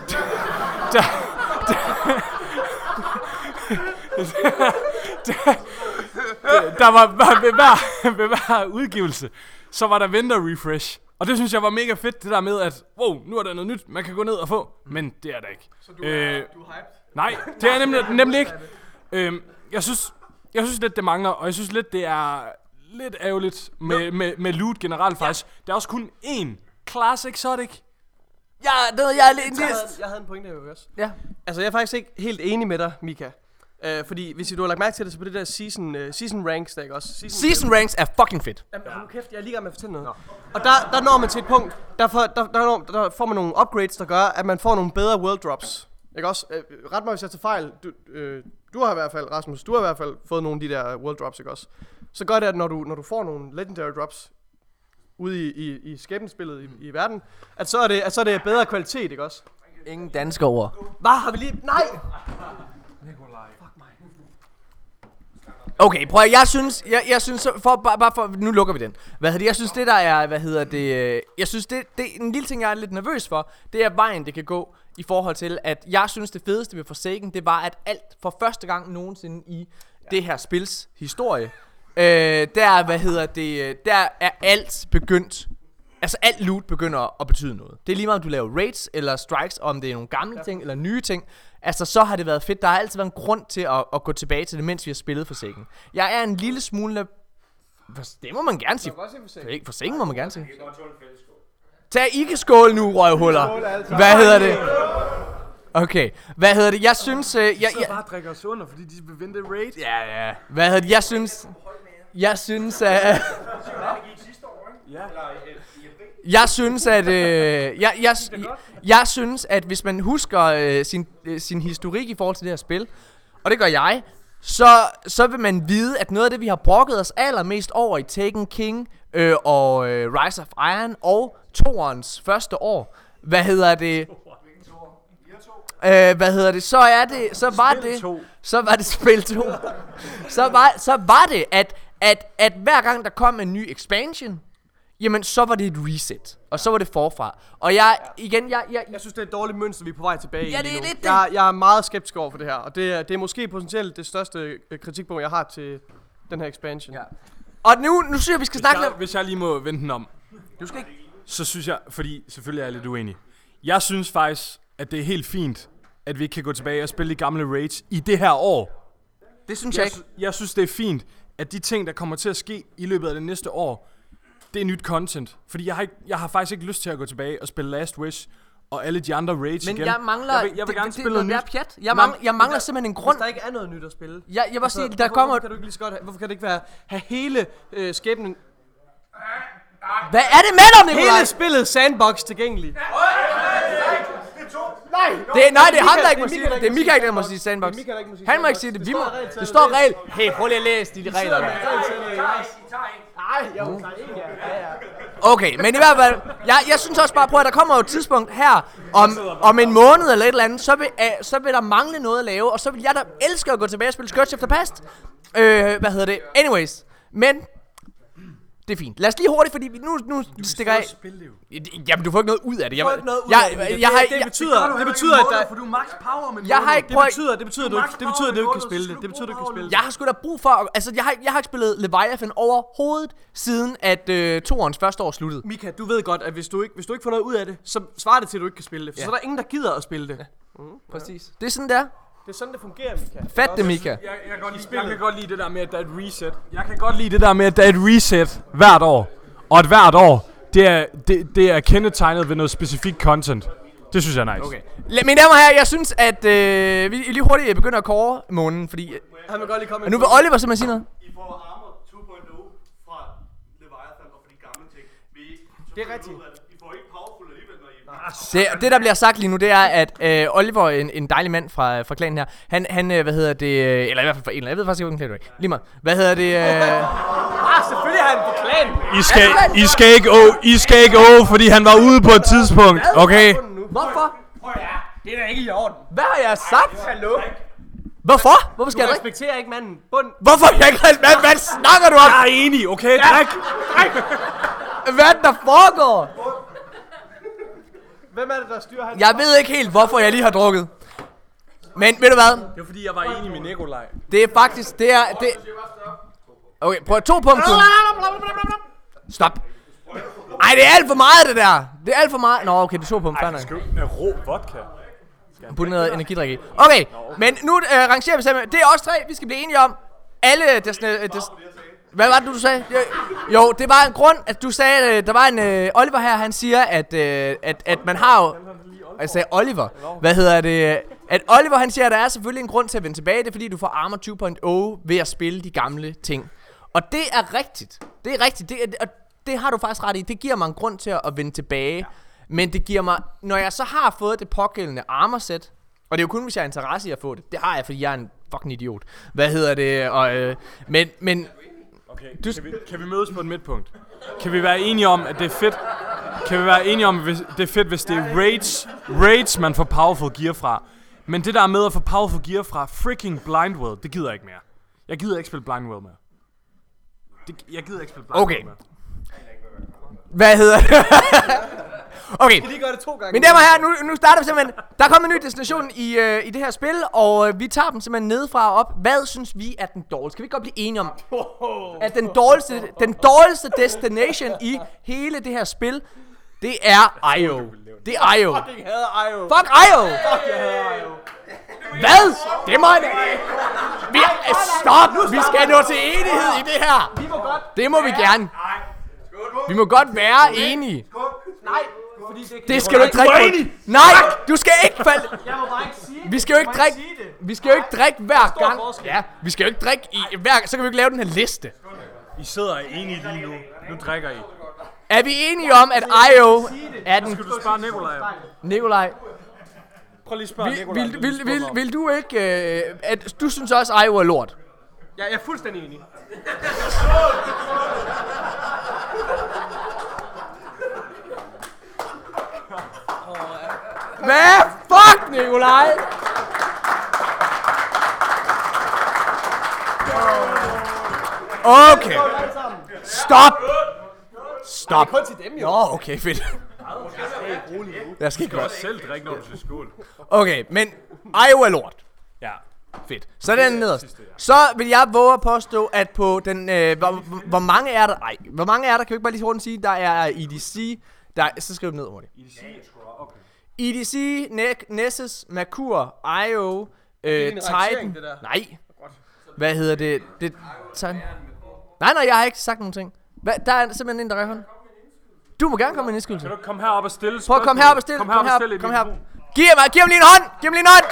Der var ved hver udgivelse, så var der venter refresh. Og det synes jeg var mega fedt, det der med, at wow, nu er der noget nyt, man kan gå ned og få. Men det er der ikke. Så du er hyped? Nej, det er nemlig ikke. Jeg synes lidt, det mangler, og jeg synes lidt, det er lidt ærgerligt med loot generelt faktisk. Der er også kun én Class Exotic. Ja, jeg er lidt... Jeg havde en pointe her også. Ja. Altså, jeg er faktisk ikke helt enig med dig, Mika. Fordi hvis du har lagt mærke til det, så på det der season ranks, der ikke også? Season ranks er fucking fedt. Jamen, hold nu kæft, jeg er lige gang med at fortælle noget. Og der når man til et punkt, der får man nogle upgrades, der gør, at man får nogle bedre world drops. Ikke også? Ret mig, hvis jeg tager fejl. Du har i hvert fald, Rasmus, du har i hvert fald fået nogle af de der world drops, ikke også? Så gør det, at når du får nogle legendary drops ude i skæbnespillet i verden, at så er det bedre kvalitet, ikke også? Ingen danske ord. Hvad har vi lige? Nej! Okay, prøv at, jeg synes, bare for, nu lukker vi den. Jeg synes det der er, jeg synes det en lille ting, jeg er lidt nervøs for, det er vejen, det kan gå, i forhold til, at jeg synes det fedeste ved Forsaken, det var, at alt for første gang nogensinde i det her spils historie, der er alt begyndt, altså alt loot begynder at betyde noget. Det er lige meget, om du laver raids eller strikes, om det er nogle gamle ting eller nye ting. Altså, så har det været fedt. Der har altid været en grund til at gå tilbage til det, mens vi har spillet Forsaken. Jeg er en lille smule... Det må man gerne sige. Forsaken må man gerne sige. Tag ikke skål nu, røvhuller. Hvad hedder det? Okay. Hvad hedder det? Jeg synes... De sidder bare og drikker os under, fordi de vil vente raid. Ja. Hvad hedder det? Jeg synes, at... Jeg synes, at hvis man husker sin historik i forhold til det her spil, og det gør jeg, så vil man vide, at noget af det, vi har brokket os allermest over i Taken King og Rise of Iron og Torens første år, så var det spil 2. Så var det, at hver gang der kom en ny expansion, jamen så var det et reset. Og så var det forfra. Og jeg synes, det er et dårligt mønster, vi er på vej tilbage i Ja, det lige er nu. lidt Jeg er meget skeptisk over for det her, og det er måske potentielt det største kritikpunkt, jeg har til den her expansion. Ja. Og nu synes jeg, vi skal snakke lidt. Hvis jeg lige må vente den om. Du skal ikke. Så synes jeg, fordi selvfølgelig er jeg lidt uenig. Jeg synes faktisk, at det er helt fint, at vi ikke kan gå tilbage og spille de gamle raids i det her år. Det synes jeg ikke. Jeg synes, det er fint, at de ting, der kommer til at ske i løbet af det næste år, det er nyt content. Fordi jeg har faktisk ikke lyst til at gå tilbage og spille Last Wish og alle de andre raids Men igen. jeg mangler. Jeg vil gerne spille noget noget nyt. nyt. Pjat. Jeg mangler simpelthen en grund. Hvis der ikke er noget nyt at spille. Jeg vil sige, der kommer. Hvorfor kan du ikke lige så godt hvorfor kan det ikke have hele skæbnen, Hvad er det med dig, Nikolaj? hele spillet sandbox tilgængelig? Nej, det er ham, der ikke må sige det. Det er Mika, der må sige sandbox. Han må ikke sige det. Vi må. Det står regel. Hey, prøv lige at læse de regler. Nej, jeg tager ikke. Okay, men i hvert fald, jeg synes også bare, prøv at der kommer jo et tidspunkt her, om en måned eller et eller andet, så vil der mangle noget at lave, og så vil jeg da elske at gå tilbage og spille Scourge efter Past. Anyways, men det er fint. Lad os lige hurtigt, fordi nu stikker jeg. Jamen, du får ikke noget ud af det. Det betyder, at der... For du er max power, men Jeg har ikke Det betyder, at du ikke kan spille det. Det betyder, at du ikke kan spille det. Jeg har sgu da brug for, altså jeg har ikke spillet Leviathan overhovedet, siden at toerens første år sluttede. Mika, du ved godt, at hvis du ikke får noget ud af det, så svarer det til, at du ikke kan spille det. For så er der ingen, der gider at spille det. Præcis. Det er sådan der. Det er sådan, det fungerer, Mika. Fat det, Mika. Jeg kan godt lide det der med, at der er et reset. Jeg kan godt lide det der med, at der er et reset hvert år. Og at hvert år, det er kendetegnet ved noget specifikt content. Det synes jeg er nice. Okay. Mine damer og herrer, jeg synes, at vi lige hurtigt begynder at kåre månen, fordi... Han vil godt lige komme Og nu vil Oliver simpelthen sige noget. I får Armor 2.0 fra Leviathan og fra de gamle ting. Det er rigtigt. I får ikke powerful alligevel, når I... Det der bliver sagt lige nu, det er, at Oliver, en dejlig mand fra klanen her, han eller i hvert fald fra en, jeg ved faktisk ikke, hvilken klan du er. Lige meget. Selvfølgelig har han på klanen. I skal ikke fordi han var ude på et tidspunkt, okay? Hvorfor? Det er da ikke i orden. Hvad har jeg sagt? Hallo? Hvorfor? Hvorfor skal Du jeg drikke? respekterer ikke manden. Bund. Hvorfor jeg ikke hvad snakker du om? Jeg er enig, okay? Drik! Hvad er det, der foregår? Hvem er det, der styrer han? Jeg ved ikke helt, hvorfor jeg lige har drukket. Men ved du hvad? Det var fordi, jeg var enig med Nikolaj. Det er faktisk, Okay, prøv 2 punkter. Stop. Ej, det er alt for meget, det der. Det er alt for meget. Nå, okay, det er 2 punkter. Med rå vodka. Putte noget energidrik i. Okay, men nu rangerer vi sammen. Det er os 3, vi skal blive enige om. Alle hvad var det, du sagde? Jo, det var en grund, at du sagde, der var en Oliver her, han siger, at man har jo... Jeg sagde Oliver. At Oliver, han siger, at der er selvfølgelig en grund til at vende tilbage. Det er fordi, du får Armor 2.0 ved at spille de gamle ting. Og det er rigtigt. Det er rigtigt. Det har du faktisk ret i. Det giver mig en grund til at vende tilbage. Men det giver mig... Når jeg så har fået det pågældende armorsæt, og det er jo kun, hvis jeg har interesse i at få det. Det har jeg, fordi jeg er en fucking idiot. Men Okay, kan vi mødes på et midtpunkt? Kan vi være enige om, at det er fedt? Kan vi være enige om, at det er fedt, hvis det er raids, man får powerful gear fra? Men det der med at få powerful gear fra freaking Blindwell, det gider jeg ikke mere. Jeg gider ikke spille Blindwell mere. Jeg gider ikke spille Blindwell mere. Okay. Vi lige gør det 2 gange. Men der var her, nu starter vi simpelthen. Der kommer en ny destination i det her spil, og vi tager dem simpelthen nedefra og op. Hvad synes vi er den dårligste? Skal vi ikke godt blive enige om, at den dårligste destination i hele det her spil, det er IO. Det er IO. Fucking hader IO. Fuck IO. Fuck, jeg hader IO. Hvad? Det må stop. Vi skal nå til enighed i det her. Vi må godt. Det må vi gerne. Vi må godt være enige. Nej. Fordi Det skal du ikke drikke. Nej, du skal ikke falde. Jeg må bare ikke sige det. Vi skal jo ikke drikke. Vi skal jo ikke drikke hver gang. Ja, vi skal jo ikke drikke i hver gang. Så kan vi ikke lave den her liste. I sidder enige lige nu. Nu drikker I. Er vi enige om, at IO er den... Skal du spørge Nikolaj? Nikolaj, Prøv lige at spørge Nikolaj. vil du ikke... at du synes også, at IO er lort? Jeg er fuldstændig enig. Hvad? Fuck, Nikolaj! Okay. Stop! Stop. Det er kun til dem, jo. Nå, okay, fedt. Jeg skal ikke gøre. Selv drikke, når du til skole. Okay, men IO er lort. Ja. Fedt. Så den nederst. Så vil jeg våge at påstå, at på den... hvor mange er der? Ej, hvor mange er der? Kan vi ikke bare lige hurtigt sige? Der er EDC. Så skriv det ned hurtigt. EDC, Nessus, Merkur, IO, Titan. Nej. Hvad hedder det? Nej, jeg har ikke sagt nogen ting. Der er simpelthen en, der rækker hånden. Du må gerne komme med en indskydelse. Kan du komme herop og stille Prøv at komme herop og stille. Kom herop. Giv ham lige en hånd. Giv ham lige en hånd.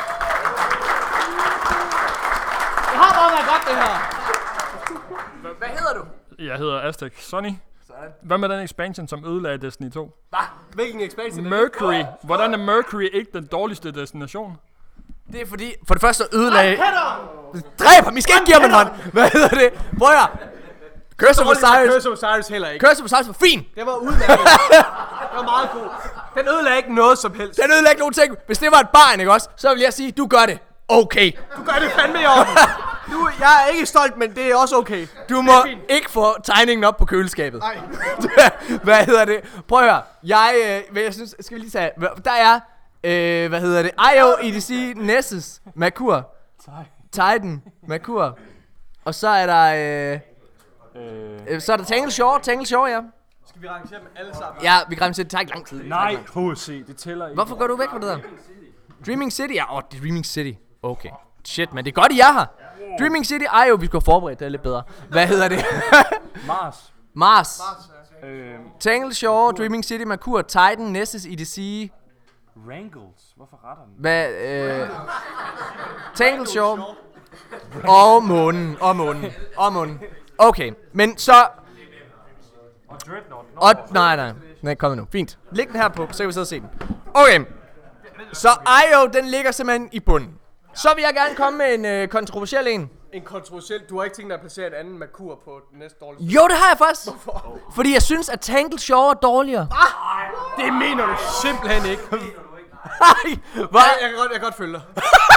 Det har bare været godt, det her. Hvad hedder du? Jeg hedder Aztec Sonny. Hvad med den expansion, som ødelagde Destiny 2? Hvilken expansion? Mercury. Hvordan er Mercury ikke den dårligste destination? Det er fordi, for det første ødelagde... Dræb ham, I skal ikke give ham en hånd. Hvad hedder det? Prøv at Curse of Osiris. Curse of Osiris heller ikke. Curse of Osiris var fin. Det var udmærket. Det var meget god. Den ødelagde ikke noget som helst. Den ødelagde ikke nogen ting. Hvis det var et barn, ikke også? Så vil jeg sige, du gør det. Okay. Du gør det fandme i orden. Jeg er ikke stolt, men det er også okay. Du må ikke få tegningen op på køleskabet. Nej. Hvad hedder det? Prøv at høre. Jeg synes, skal vi lige tage... Der er... hvad hedder det? IO, EDC, Nessus, Merkur, Titan, Merkur. Og så er der... så er der Tangle Shore, ja. Skal vi rangere dem alle sammen? Ja, vi græmmer til, det tager ikke lang tid. Nej, HC, det tæller ikke. Hvorfor går du væk fra det der? Dreaming City? Ja, det er Dreaming City. Okay. Shit, men det er godt, I er her. Dreaming City, jo, vi skal forberede det er lidt bedre. Hvad hedder det? Mars. Tangle Shore, Dreaming City, Merkur, Titan, Nessus, EDC. Wrangles. Hvorfor retter den? Hvad, Tangle Shore. Og månen. Okay, men så... Og Dreadnought. Nej, kom nu. Fint. Læg den her på, så kan vi sidde og se den. Okay. Så IO, den ligger simpelthen i bunden. Så vil jeg gerne komme med en kontroversiel en. En kontroversiel? Du har ikke tænkt dig at placere en anden Merkur på den næste dårligste? Jo, det har jeg faktisk. Hvorfor? Fordi jeg synes, at Tangle Shore er dårligere. Det mener du simpelthen ikke. Hvad? Jeg kan godt følge dig.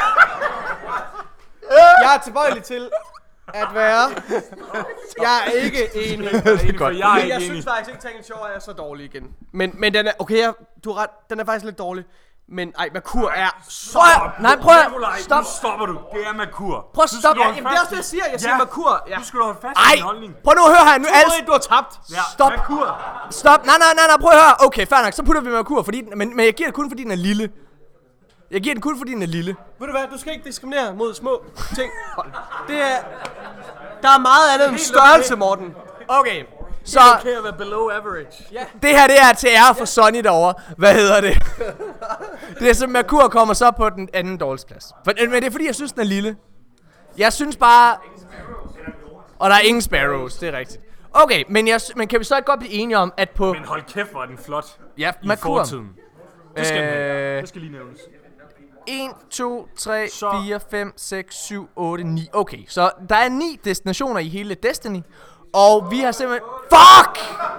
Jeg er tilbøjelig til at være... Jeg er ikke enig. Jeg synes faktisk ikke, Tangle Shore er så dårlig igen. Men den er... Okay, du har ret. Den er faktisk lidt dårlig. Men Merkur er så... Prøv at... Stop. Nu stopper du. Det er Merkur. Prøv at stoppe. Jamen, det er også det, jeg siger. Jeg siger Merkur. Ja. Du skal holde fast i din holdning. Prøv nu at høre her. Nu du har tabt. Ja, Stop. Merkur. Stop. Nej, prøv at høre. Okay, fair nok. Så putter vi Merkur, fordi... Men jeg giver det kun, fordi den er lille. Jeg giver den kun, fordi den er lille. Ved du hvad? Du skal ikke diskriminere mod små ting. Det er... Der er meget andet end størrelse, Morten. Okay. Så Okay at være below average. Ja. det her, det er til ære for Sonny derovre. Hvad hedder det? Det er som Merkur kommer så på den anden dårligste plads. Men det er fordi, jeg synes, den er lille. Jeg synes bare... Og der er ingen sparrows, det er rigtigt. Okay, men kan vi så ikke godt blive enige om, at på... Men hold kæft, hvor er den flot. Ja, I Merkur. fortiden. Det skal den have. Det skal lige nævnes. 1, 2, 3, 4, 5, 6, 7, 8, 9. Okay, så der er 9 destinationer i hele Destiny. Og vi har simpelthen... Fuck!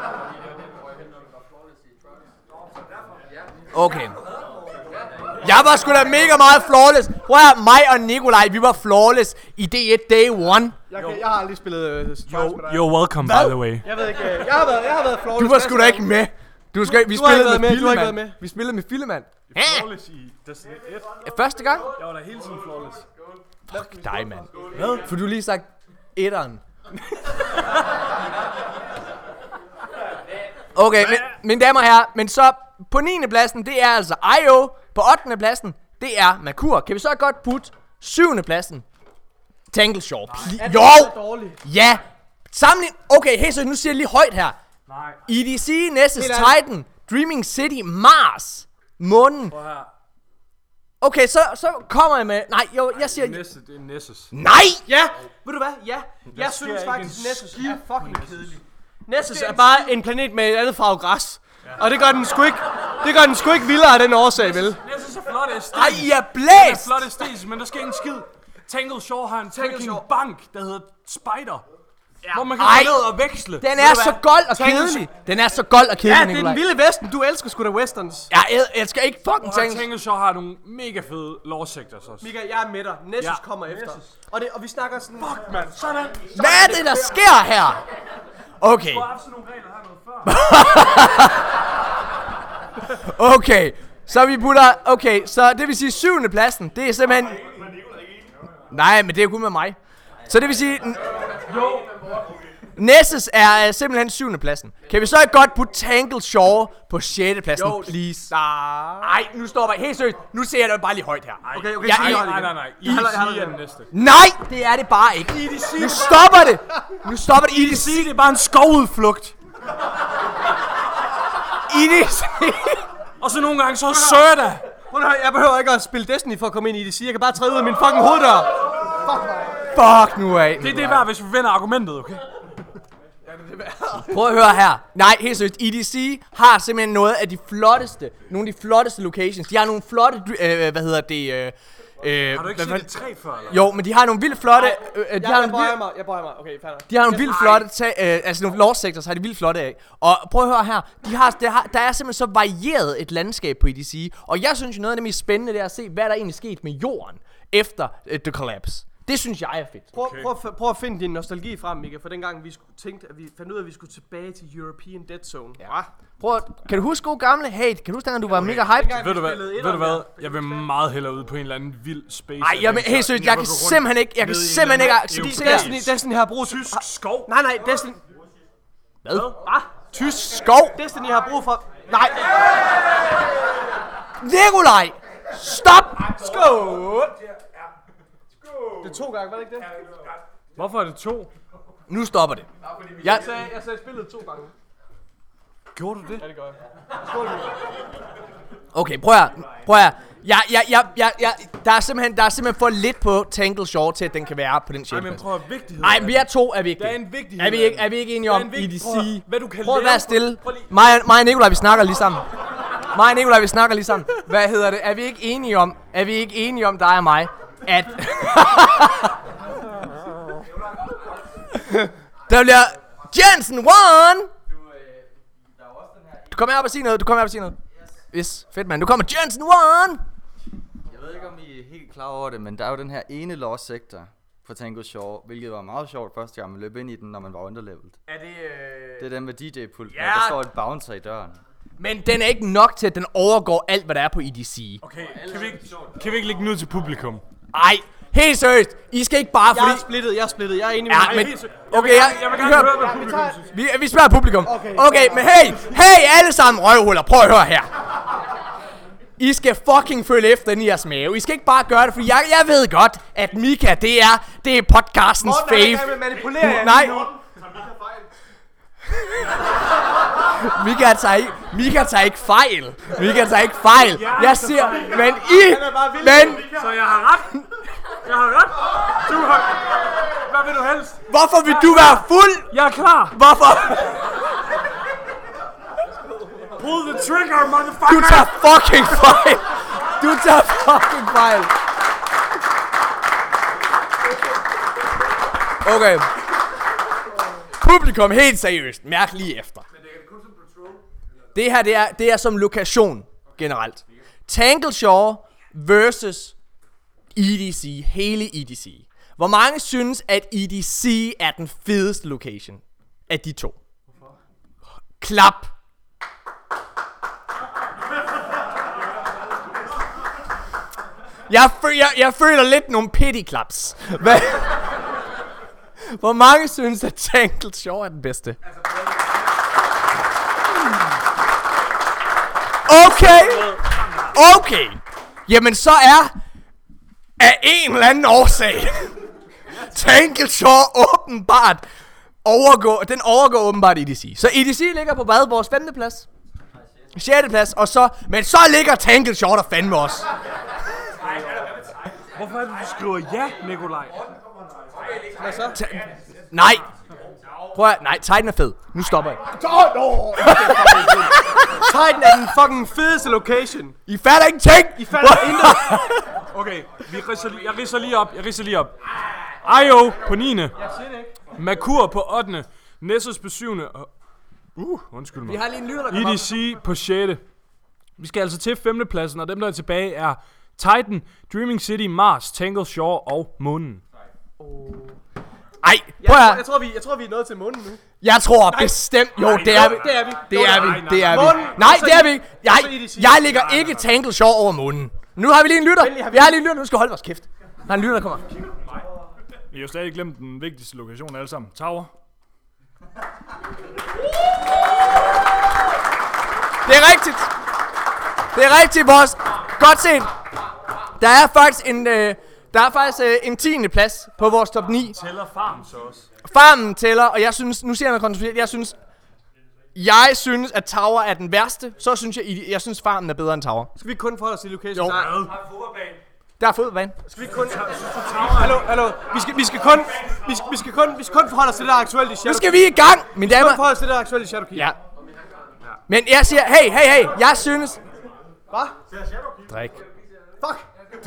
Okay. Jeg var sgu da mega meget flawless. Prøv at høre, mig og Nikolaj, vi var flawless i D1 Day 1. Jeg har aldrig spillet Stars med dig. You're welcome, by the way. Jeg ved ikke, jeg har været flawless. Du var sgu da ikke med. Vi spillede med Fillemand. Vi spillede med Fillemand. Flawless i Destiny 1. Første gang? Jeg var der hele tiden flawless. Fuck dig, mand. Hvad? For du har lige sagt etteren. Okay, mine damer og herrer, men så på 9. pladsen, det er altså IO. På 8. pladsen, det er Merkur. Kan vi så godt putte 7. pladsen? Tangle Shore. Jo! Ja! Sammenlign... Okay, hey, så nu siger jeg lige højt her. Nej. EDC, Nessus, Titan, Dreaming City, Mars, Månen. Okay, så kommer jeg med... Nej, jo, jeg siger... Det er Nessus. Nej! Ja! Ved du hvad? Ja. Jeg synes faktisk, Nessus er fucking kedelig. Nessus er bare en planet med et andet farve græs. Og det gør den sgu ikke vildere af den årsag, vel? Nessus er flot æstetisk. Ej, I er Den er blæst! flot æstetisk, men der sker en skid. Tangle Shore har en fucking bank, der hedder Spider. Ja. Hvor man kan gå ned og veksle. Den er så gold og kedelig. Den er så gold og kedelig, Ja, det er Nikolaj. den vilde vesten. Du elsker sgu da westerns. Jeg elsker ikke fucking Og Tangle. Tangle Shore har nogle mega fede lore sectors også. Mika, jeg er med dig. Nessus Ja. kommer efter. Og vi snakker sådan... Fuck, mand. Sådan. Hvad er det, der sker her? Okay. Du har haft sådan nogle regler her noget før. Okay. Så vi putter... Okay, så det vil sige 7. pladsen. Det er simpelthen... Nej, men det er jo kun med mig. Så det vil sige... Nesses er simpelthen 7. pladsen. Kan vi så ikke godt putte Tangle Shore på 6. pladsen, please? Nej, nu stopper jeg. Helt seriøst. Nu ser jeg det bare lige højt her. Okay. Nej. EDC er den næste. Nej, det er det bare ikke. Nu stopper det. Nu stopper det. EDC. Det er bare en skovudflugt. EDC. Og så nogle gange så Serta. Jeg behøver ikke at spille Destiny for at komme ind i EDC. Jeg kan bare træde ud af min fucking hoveddør. Fuck nu af. Det er værd, hvis vi vinder argumentet, okay? Prøv at høre her. Nej, helt seriøst. EDC har simpelthen nogle af de flotteste locations. De har nogle flotte, Har du ikke set et træ før, eller? Jo, men de har nogle vildt flotte... Jeg bøjer mig. Okay, fair nok. De har nogle vildt flotte, altså nogle lost sectors har de vildt flotte af. Og prøv at høre her, der er simpelthen så varieret et landskab på EDC. Og jeg synes jo noget af det mest spændende, det er at se, hvad der egentlig sket med jorden efter The Collapse. Det synes jeg er fedt. Prøv at finde din nostalgi frem, Mika, for dengang vi tænkte, at vi fandt ud af, at vi skulle tilbage til European Dead Zone. Ja. Kan du huske gode gamle Hate? Kan du huske dengang, du var mega hyped? Ved du hvad? Jeg vil meget hellere ud på en eller anden vild space. Nej, helt seriøst, jeg kan simpelthen ikke acceptere. Destiny har brug for... Tysk skov? Nej, Destiny... Hvad? Tysk skov? Destiny har brug for... Nej! Nikolaj! Stop! Skål! Det er 2 gange, var det ikke det? Hvorfor er det 2? Nu stopper det. Jeg sagde spillet 2 gange. Gjorde du det? Ja, det gør jeg. Skål, Mika. Okay, prøv at der er simpelthen for lidt på Tangle Shore til, at den kan være på den sjældne. Nej, men prøv at vigtighed. Nej, vi er 2 er vigtige. Der er en vigtighed. Er vi ikke enige om EDC? Hvad du kan Prøv at være stille. Mig og Nikolaj, vi snakker lige sammen. Hvad hedder det? Er vi ikke enige om dig og mig, at... der bliver Jensen 1! Du kommer herop og sige noget. Yes, fedt mand. Nu kommer Jensen 1! Jeg ved ikke, om I er helt klar over det, men der er jo den her ene lost sector på Tangle Shore, hvilket var meget sjovt første gang, man løb ind i den, når man var underleveled. Er det... Det er den med DJ-pulten, Ja. der står et bouncer i døren. Men den er ikke nok til, at den overgår alt, hvad der er på EDC. Okay, kan vi ikke lægge den ud til publikum? Ej, helt seriøst. I skal ikke bare, fordi... Jeg er splittet. Jeg er enig med Ja, dig. men... Okay, jeg vil gerne høre, hvad publikum synes. Vi spørger publikum. Okay, men hey alle sammen røvhuller, prøv at høre her. I skal fucking følge efter den i jeres mave. I skal ikke bare gøre det, for jeg ved godt, at Mika, det er podcastens fave. Nej. Mika tager ikke fejl. Jeg siger, men Så jeg har ret. Du har... Hvad vil du helst? hvorfor vil du være fuld? Jeg er klar. Hvorfor? Pull the trigger, motherfucker. Du tager fucking fejl. Okay. Publikum, helt seriøst. Mærk lige efter. Det her, det er som lokation generelt. Tangle Shore versus EDC. Hele EDC. Hvor mange synes, at EDC er den fedeste location af de 2? Klap. Jeg føler lidt nogle pity claps. Hvor mange synes, at Tangle Shore er den bedste? Okay. Jamen så er af en eller anden årsag Tangle Shore åbenbart overgår åbenbart EDC. Så EDC ligger på hvad? Vores 5. plads? 6. plads, men så ligger Tangle Shore der fandme også. Hvorfor er det, du skriver ja, Nikolaj? Hvad så? Nej. Nej, Titan er fed. Nu stopper jeg. Titan er den fucking fedeste location. I fatter ingenting! I fatter intet. Okay, jeg ridser lige op. Ayo på 9. Jeg siger det ikke. Makur på 8. Nessus på 7. Undskyld mig. Vi har lige en lyder, der kommer. EDC på 6. Vi skal altså til 5. pladsen, og dem der er tilbage er Titan, Dreaming City, Mars, Tangle Shore og Månen. Ej, prøv at høre. Jeg tror, vi er nået til månen nu. Jeg tror bestemt, jo, det er vi. Det er vi. Det er vi. Månen, Nej, så det er I- vi ikke. så I de siger. Jeg ligger ikke Tangle Shore over månen. Nu har vi lige en lytter. Vi har lige en lytter, nu skal holde vores kæft. Der er en lytter, der kommer. Vi har jo stadig glemt den vigtigste lokation alle sammen. Tower. Det er rigtigt. Det er rigtigt, vores. Godt set. Der er faktisk en 10. plads på vores top 9. Tæller farm så også. Farmen tæller, og jeg synes, nu siger jeg noget kontroversielt, jeg synes, at Tower er den værste. Så synes jeg synes Farmen er bedre end Tower. Skal vi kun forholde os til location? Jo. Der er fodboldbane. Skal vi kun... Hallo. Vi skal kun forholde os til det, der er aktuelt i Shadowkeep. Nu skal vi i gang, mine Vi skal damer. kun forholde os til det, der er aktuelt i Shadowkeep. Ja. Men jeg siger, hey, jeg synes... Hvad? Drik. Fuck.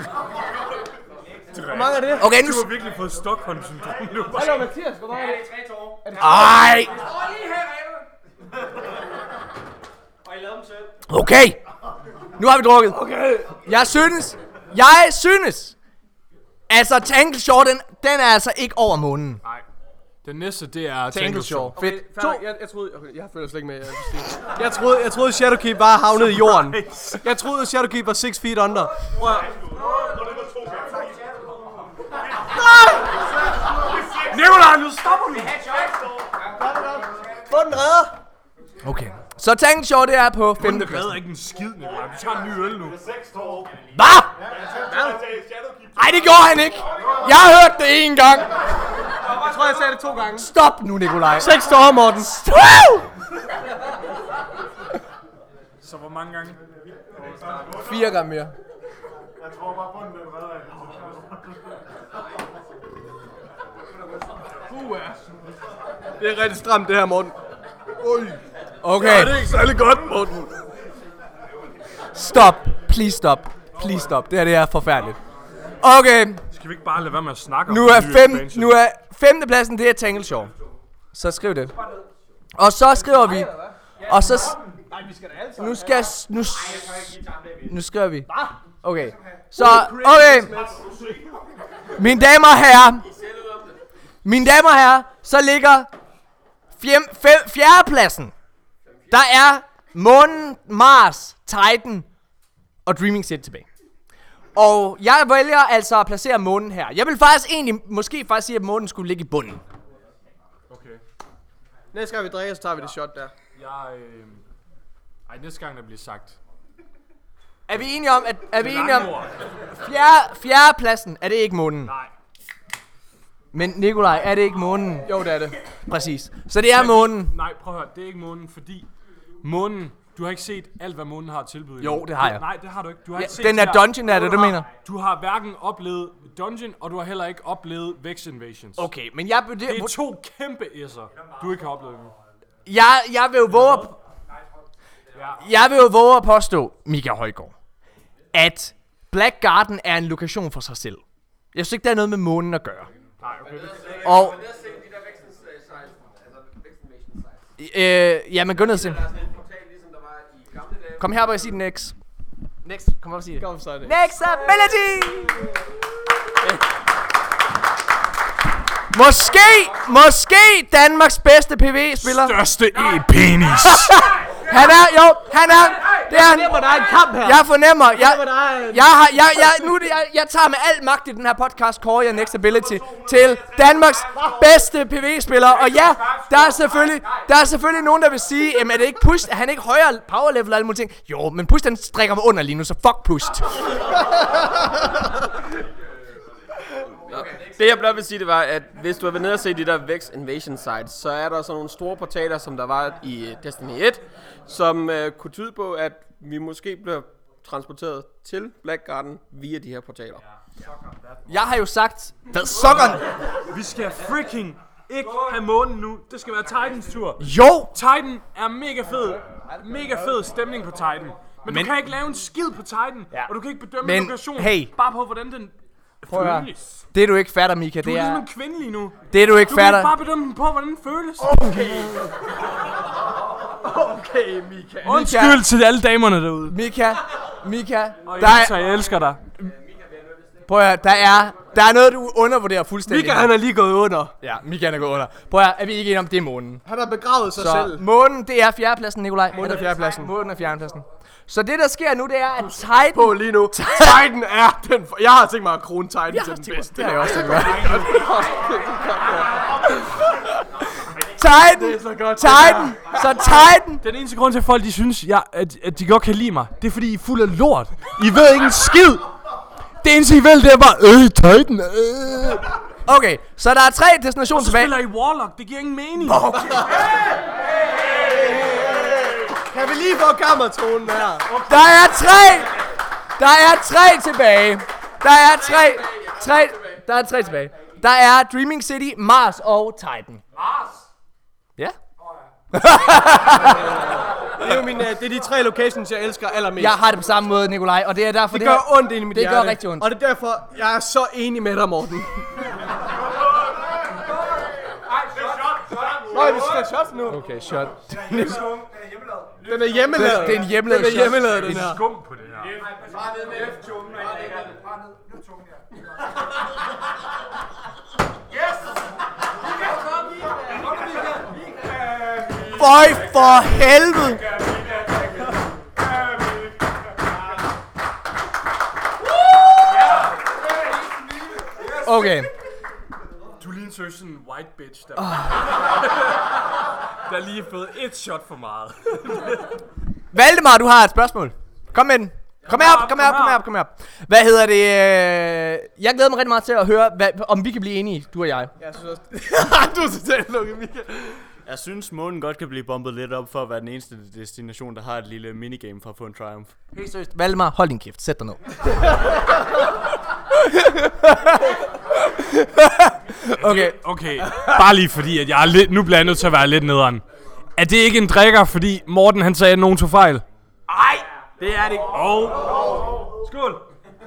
Hvor mange er det? Okay, nu... Du har virkelig fået Stockholm-syndrom nu. Hallo Mathias, hvor mange er det? 3 tår. Ej! Og I lavede dem selv. Okay! Nu har vi drukket. Okay. Jeg synes... Altså, Tangle Shore, den er altså ikke over månen. Nej. Den næste, det er Tangle Shore. Okay, Fedt. jeg troede... Okay, jeg følger slet ikke med. Jeg troede Shadowkeep bare havnede i jorden. Jeg troede Shadowkeep var 6 feet under. Nikolaj, nu stopper du! Få den redder! Okay. Så Tangle Shore, det er på 5. Det plads. redder ikke en skid, Nikolaj. Vi tager en ny øl nu. Hvad? Ej, det gjorde han ikke. Jeg har hørt det en gang. Jeg tror, jeg sagde det 2 gange. Stop nu, Nikolaj. 6 år, Morten. Woo! Så hvor mange gange? 4 gange mere. Det er rigtig stramt, det her, Morten. Okay. Det er ikke særlig godt, Morten. Stop. Please stop. Please stop. Det her, det er forfærdeligt. Okay. Skal vi ikke bare lade være med at snakke om Nu er 5. pladsen, det er Tangle Shore. Så skriv det. Og så skriver vi. Og så... Nu skriver vi. Okay. Så, okay. Mine damer og herrer, så ligger 4. pladsen. Der er Månen, Mars, Titan og Dreaming City tilbage. Og jeg vælger altså at placere Månen her. Jeg vil måske sige, at Månen skulle ligge i bunden. Okay. Næste gang vi drikker, så tager vi det shot der. Næste gang der bliver sagt. Er vi enige om, fjerde pladsen, er det ikke Månen? Nej. Men Nikolaj, er det ikke Månen? Jo, det er det. Præcis. Så det er Månen. Nej, prøv at høre. Det er ikke månen, fordi månen... Du har ikke set alt, hvad månen har at tilbyde. Jo, det har jeg. Nej, det har du ikke. Du har ikke set Den det der her. dungeon er det, du mener? Du har hverken oplevet dungeon, og du har heller ikke oplevet Vex Invasions. Okay, men Det er 2 kæmpe S'er, du ikke har oplevet nu. jeg vil jo våge at påstå, Mika Højgaard, at Black Garden er en lokation for sig selv. Jeg synes ikke, der er noget med månen at gøre. Nej, okay. Og... Men der ser de der væksten ja, men gå ned og se. Der er sådan en portal, ligesom der var i gamle dage. Kom her, hvor jeg siger next. Next, kom op og sig det. Kom så er det. Next ability! Måske Danmarks bedste PvE-spiller. Største e-penis. Han er, det er han. Der er en kamp her. Jeg fornemmer, jeg tager med al magt i den her podcast, kårer jeg Next Ability til Danmarks bedste PvE-spiller. Og ja, der er selvfølgelig nogen, der vil sige, at det ikke Pust, er han ikke højere power level og alle mulige ting. Jo, men Pust, den strikker mig under lige nu, så fuck Pust. Det jeg blot vil sige, det var, at hvis du har været nede og se de der Vex Invasion sites, så er der sådan nogle store portaler, som der var i Destiny 1, som kunne tyde på, at vi måske bliver transporteret til Black Garden via de her portaler. Jeg har jo sagt, hvad sokkeren? Vi skal freaking ikke have månen nu. Det skal være Titans tur. Jo! Titan er mega fed. Mega fed stemning på Titan. Men du kan ikke lave en skid på Titan, og du kan ikke bedømme en lokation bare på, hvordan den føles. Det du ikke fatter, Mika, Du er ligesom en kvinde lige nu. Det du ikke Du kan fatter. ikke bare bedømme den på, hvordan den føles. Okay, Mika. Undskyld til alle damerne derude. Mika, Og der jeg elsker dig. prøv at høre, Der er noget, du undervurderer fuldstændig. Mika, han er lige gået under. Ja, Mika er gået under. Prøv at høre, er vi ikke enige om, det er månen? Han har begravet sig Så selv. månen, det er fjerdepladsen, Nikolaj. Månen er fjerdepladsen. Månen er fjerdepladsen. Så det, der sker nu, det er, at Titan... På lige nu. Titan er den... Jeg har tænkt mig at krone Titan til den bedste. Det har jeg også tænkt mig. Titan! Det er så godt. Titan! Så Titan! Den eneste grund til, at folk de synes, at de godt kan lide mig, det er fordi I er fuld af lort. I ved ikke en skid. Det eneste I vil, det er bare, Titan, Okay, så der er 3 destinationer Så tilbage. spiller I Warlock, det giver ingen mening. Kan vi lige få kammertonen her? Der er 3! Der er 3 tilbage. Der er 3 tilbage. Der er Dreaming City, Mars og Titan. Mars? Ja. Det er jo det er de 3 locations, jeg elsker allermest. Jeg har det på samme måde, Nikolaj, og det er derfor... Det gør ondt ind i mit hjerte. Det gør rigtig ondt. Og det er derfor, jeg er så enig med dig, Morten. Nej, vi skal shots nu. Okay, shot. Den er hjemmelavet. Det er en hjemmelavet Den er hjemmelavet, den her. Skum på det her. Føj for helvede! Okay. Du ligner sådan en white bitch, der der lige har fået et shot for meget. Valdemar, du har et spørgsmål. Kom med den. Kom herop. Hvad hedder det? Jeg glæder mig rigtig meget til at høre, om vi kan blive enige, du og jeg. Jeg synes også... Du er totalt lukket, Mika. Jeg synes, månen godt kan blive bombet lidt op for at være den eneste destination, der har et lille minigame for at få en triumph. Helt seriøst. Valdemar, hold din kæft. Sæt dig ned. Okay, bare lige fordi, at jeg er lidt, nu bliver jeg nødt til at være lidt nederen. Er det ikke en drikker, fordi Morten han sagde, at nogen tog fejl? Ej, det er det ikke. Skål.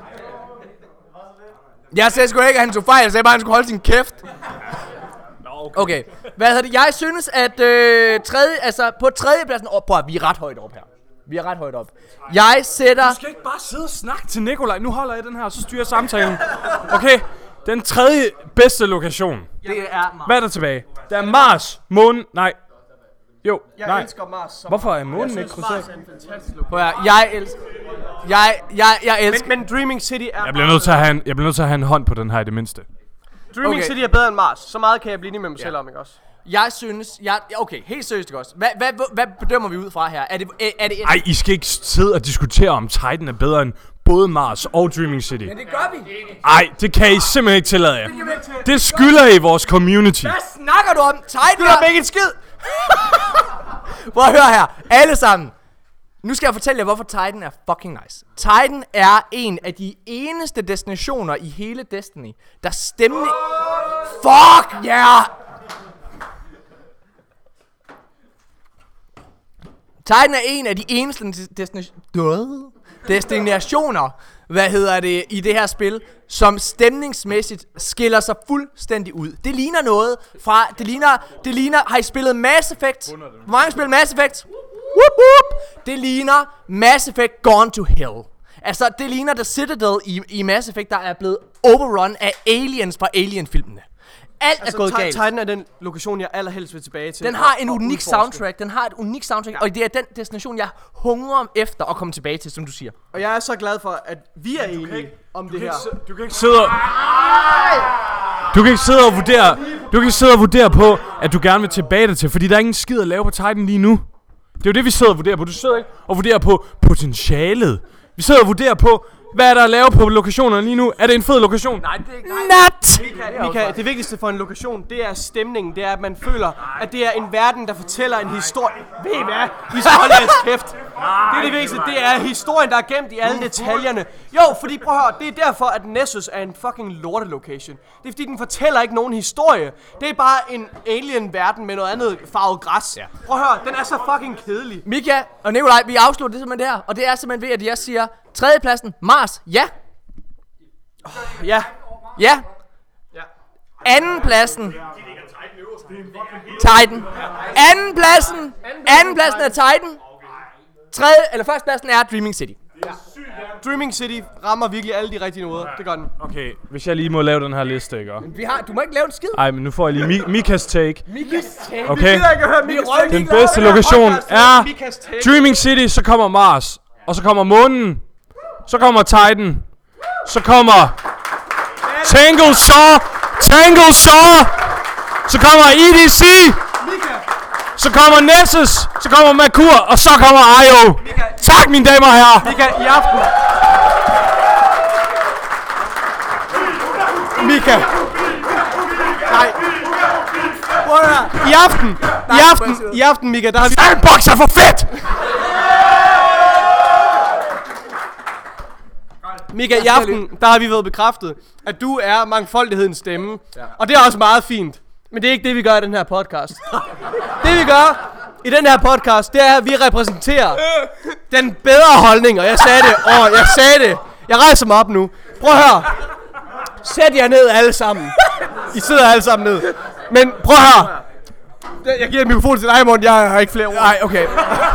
Jeg sagde sgu ikke, at han tog fejl. Jeg sagde bare, at han skulle holde sin kæft. Okay. Hvad hedder det? Jeg synes, at på tredjepladsen... vi er ret højt op her. Vi er ret højt op. Jeg sætter... Du skal ikke bare sidde og snakke til Nikolaj. Nu holder jeg den her, og så styrer jeg samtalen. Okay, den 3. bedste lokation. Det er Mars. Hvad er der tilbage? Der er Mars, månen... Nej. Jo, Jeg nej. elsker Mars så Hvorfor er månen ikke Mars krydset? er en fantastisk lokation. Prøv at høre, jeg elsker... Jeg elsker... Men Dreaming City er... Jeg bliver nødt til at have en hånd på den her i det mindste. Dreaming Okay. City er bedre end Mars. Så meget kan jeg blive enig med mig selv om, ikke også? Jeg synes... Okay, helt seriøst ikke også. Hvad bedømmer vi ud fra her? Er det Ej, I skal ikke sidde og diskutere, om Titan er bedre end både Mars og Dreaming City. Men det gør vi. Ej, det kan I simpelthen ikke tillade jer. Det skylder I vores community. Hvad snakker du om? Titan er ikke en skid. Prøv at høre her. Alle sammen. Nu skal jeg fortælle jer, hvorfor Titan er fucking nice. Titan er en af de eneste destinationer i hele Destiny, der stemning... Fuck yeah! Titan er en af de eneste destinationer, i det her spil, som stemningsmæssigt skiller sig fuldstændig ud. Det ligner noget fra... Det ligner... Har I spillet Mass Effect? Hvor mange spiller Mass Effect? Whoop, whoop. Det ligner Mass Effect Gone to Hell. Altså, det ligner The Citadel i Mass Effect, der er blevet overrun af aliens fra Alien-filmene. Alt er gået galt. Titan er den lokation, jeg allerhelst vil tilbage til. Den har en unik soundtrack. Den har et unikt soundtrack, og det er den destination, jeg hungrer efter at komme tilbage til, som du siger. Og jeg er så glad for, at vi er enige om det her. Du kan ikke sidde og... Du kan ikke sidde og vurdere på, at du gerne vil tilbage til, fordi der er ingen skid at lave på Titan lige nu. Det er jo det, vi sidder og vurderer på. Du sidder ikke og vurderer på potentialet. Vi sidder og vurderer på, hvad er der at lave på lokationerne lige nu? Er det en fed lokation? Nej, det er ikke... Mika, det vigtigste for en lokation, det er stemningen. Det er, at man føler, at det er en verden, der fortæller en historie. Ved I hvad? Vi skal holde jeres kæft. Det er det vigtigste. Det er historien, der er gemt i alle detaljerne. Jo, fordi prøv at høre, det er derfor, at Nessus er en fucking lorte-location. Det er fordi, den fortæller ikke nogen historie. Det er bare en alien-verden med noget andet farvet græs. Prøv at høre, den er så fucking kedelig. Mika og Nikolaj, vi afslutter det simpelthen det her. Og det er simpelthen ved, at jeg siger... Tredjepladsen, Mars, ja. Ja. Ja. Andenpladsen, Titan. Andenpladsen er Titan. Førstepladsen er Dreaming City. Dreaming City rammer virkelig alle de rigtige noder. Det gør den. Okay, hvis jeg lige må lave den her liste, ikke? Du må ikke lave en skid. Ej, men nu får jeg lige Mikas take. Mikas take. Okay, Vi den bedste lokation er Dreaming City, så kommer Mars. Og så kommer Månen. Så kommer Titan. Så kommer Tangle Saw. Så kommer EDC. Så kommer Nessus. Så kommer Merkur. Og så kommer IO. Tak, mine damer og herrer. Mika, i aften. Mika. Nej. Prøv at høre. I aften, Mika, der har vi... Sandbox er for fedt! Mika, i aften, der har vi været bekræftet, at du er mangfoldighedens stemme. Ja. Og det er også meget fint. Men det er ikke det, vi gør i den her podcast. Det vi gør i den her podcast, det er, at vi repræsenterer den bedre holdning. Og jeg sagde det. Jeg rejser mig op nu. Prøv at høre. Sæt jer ned alle sammen. I sidder alle sammen ned. Men prøv at høre. Jeg giver mikrofonen til dig, Morten. Jeg har ikke flere ord. Nej, okay.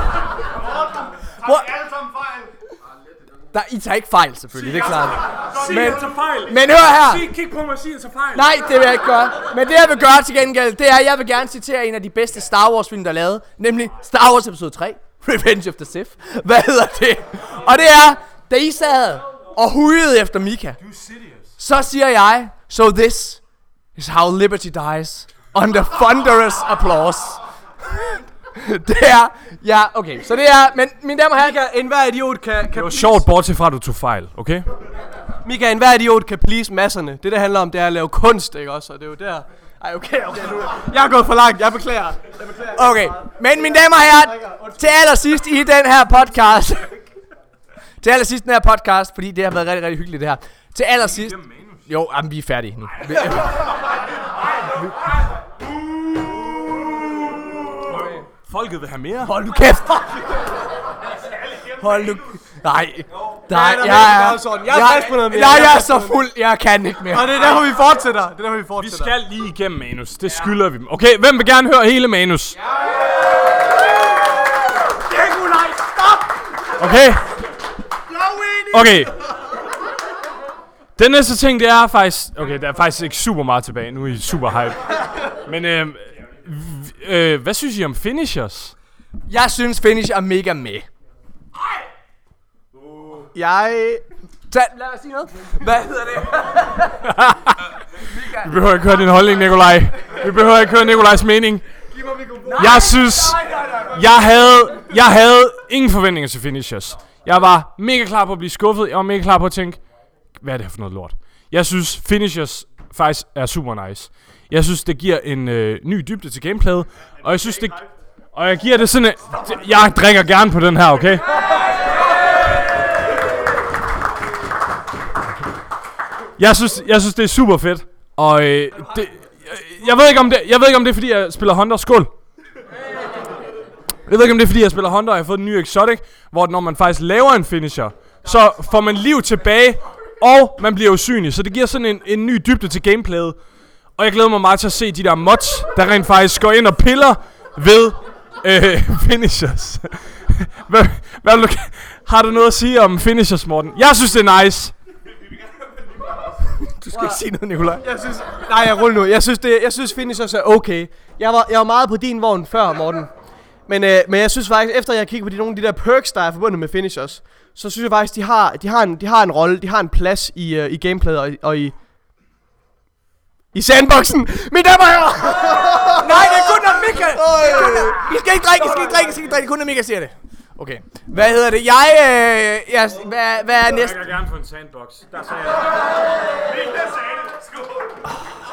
I tager ikke fejl, selvfølgelig, det er klart. Men hør her. Kig på mig, sig det fejl. Nej, det vil jeg ikke gøre. Men det jeg vil gøre til gengæld, det er, at jeg vil gerne citere en af de bedste Star Wars film, der er lavet. Nemlig Star Wars episode 3, Revenge of the Sith. Hvad hedder det? Og det er, da I sad og hujede efter Mika, så siger jeg, so this is how liberty dies under thunderous applause. Det er, ja, okay, så det er, men mine damer og herrer, Mika, enhver idiot kan Det var sjovt, bortset fra, at du tog fejl, okay? Mika, enhver idiot kan please masserne. Det handler om, det er at lave kunst, ikke også? Og det er jo der... Ej, okay, nu. Jeg er gået for langt, jeg beklager. Okay, men mine damer og herrer, til allersidst i den her podcast, fordi det har været rigtig, rigtig hyggeligt det her. Til allersidst... Jo, jamen, vi er færdige nu. Folket vil have mere. Hold nu kæft! Hold nu... Nej, jeg er så fuld, jeg kan ikke mere. Og det er derfor, vi fortsætter. Vi skal lige igennem manus, det skylder vi dem. Okay, hvem vil gerne høre hele manus? Okay. Okay. Den næste ting, det er faktisk... Okay, der er faktisk ikke super meget tilbage. Nu er I super hype. Men hvad synes I om finishers? Jeg synes finish er mega med. Lad os sige noget. Hvad hedder det? Vi behøver ikke høre din holdning, Nikolaj. Vi behøver ikke høre Nikolajs mening. Jeg synes... Jeg havde ingen forventninger til finishers. Jeg var mega klar på at blive skuffet. Jeg var mega klar på at tænke, hvad er det her for noget lort? Jeg synes finishers faktisk er super nice. Jeg synes det giver en ny dybde til gameplayet. Og jeg synes det... Og jeg giver det sådan en... Jeg drikker gerne på den her, okay? Jeg synes det er super fedt. Og det... Jeg ved ikke om det er fordi jeg spiller Hunter. Skål. Jeg ved ikke om det er fordi jeg spiller Hunter og jeg har fået den nye Exotic, hvor når man faktisk laver en finisher, så får man liv tilbage, og man bliver usynlig. Så det giver sådan en ny dybde til gameplayet. Og jeg glæder mig meget til at se de der mods, der rent faktisk går ind og piller ved finishers. Har du noget at sige om finishers, Morten? Jeg synes det er nice. Du skal ikke sige noget, Nikolaj. Jeg ruller nu. Jeg synes finishers er okay. Jeg var meget på din vogn før, Morten. Men jeg synes faktisk, efter jeg kigger på nogle af de der perks, der er forbundet med finishers, så synes jeg faktisk, de har en rolle, de har en plads i gameplayet og i sandboxen. Mine damer og herrer! Nej, det er kun når Mika! I skal ikke drikke, kun når Mika siger det. Okay. Hvad hedder det? Hvad er næste? Jeg vil gerne få en sandbox. Der sagde jeg. Mika sagde det. Skål.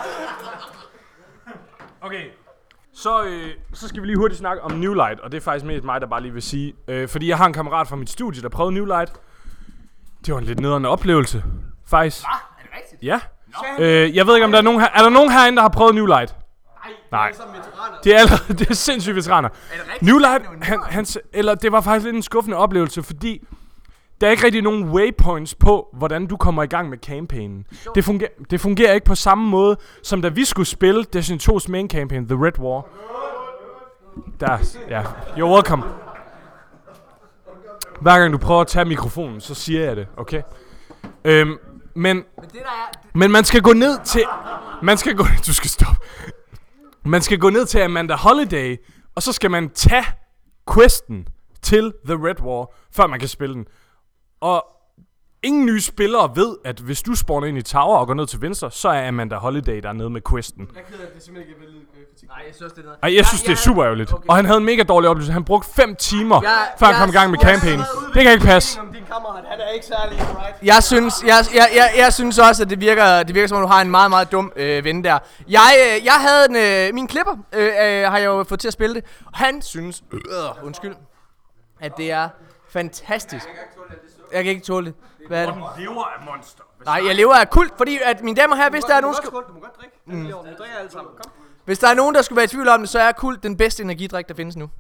Okay. Så skal vi lige hurtigt snakke om New Light, og det er faktisk mest mig, der bare lige vil sige. Fordi jeg har en kammerat fra mit studie, der prøvede New Light. Det var en lidt nederne oplevelse, faktisk. Er det rigtigt? Ja. Jeg ved ikke, om der er nogen her... Er der nogen herinde, der har prøvet New Light? Nej. Det er sindssygt veteraner. New Light, det var faktisk lidt en skuffende oplevelse, fordi der er ikke rigtig nogen waypoints på, hvordan du kommer i gang med campaignen. Det fungerer ikke på samme måde, som da vi skulle spille Destiny 2's main campaign, The Red War. Der, ja. You're welcome. Hver gang du prøver at tage mikrofonen, så siger jeg det, okay? Men man skal gå ned til... Du skal stoppe. Man skal gå ned til Amanda Holiday, og så skal man tage questen til The Red War, før man kan spille den. Og ingen nye spillere ved, at hvis du spawner ind i tower og går ned til venstre, så er Amanda Holiday dernede med questen. Jeg er ked af, at det simpelthen ikke er vældig kritik. Nej, jeg synes, det er noget. Ej, jeg synes, det er super ærgerligt. Okay. Og han havde en mega dårlig oplevelse. Han brugte 5 timer, før han kom i gang med campaign. Det kan ikke passe. Din kammerat, han er ikke særlig right. Jeg synes også, at det virker som om, du har en meget, meget dum ven der. Jeg havde min klipper, har jeg jo fået til at spille det. Og han synes, at det er fantastisk. Jeg kan ikke tåle det. Hvad er det? lever af monster. Nej, jeg lever af kult, fordi at mine damer her, hvis der er nogen... Du må godt drikke. Vi drikker alle sammen. Kom. Hvis der er nogen, der skulle være i tvivl om det, så er kult den bedste energidrik, der findes nu.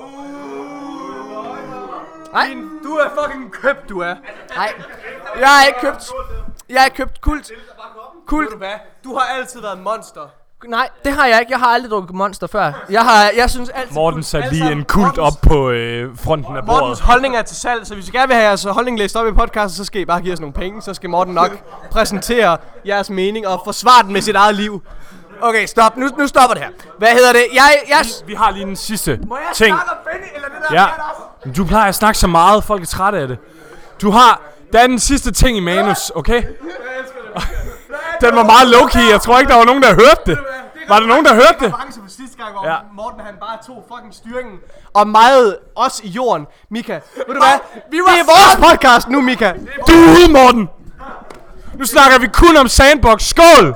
Nej. Du er fucking købt, du er. Nej, jeg er ikke købt. Jeg er købt kult. Kult. Du har altid været monster. Nej, det har jeg ikke. Jeg har aldrig drukket Monster før. Jeg synes altid... Morten satte lige en kult op på fronten af bordet. Mortens holdning er til salg, så hvis I gerne vil have jeres holdning læst op i podcasten, så skal I bare give os nogle penge. Så skal Morten nok præsentere jeres mening og forsvare den med sit eget liv. Okay, stop. Nu stopper det her. Hvad hedder det? Vi har lige den sidste Må jeg ting. snakke om Benny, eller det der Ja. Du plejer at snakke så meget, folk er trætte af det. Der er den sidste ting i manus, okay? Den var meget low-key, jeg tror ikke, der var nogen, der hørte det. Var der nogen, der hørte det? Jeg var bange for sidste gang, hvor Morten han bare tog fucking styringen og meget os i jorden. Mika, ved du hvad? Det er vores podcast nu, Mika. Du er ude, Morten! Nu snakker vi kun om Sandbox. Skål!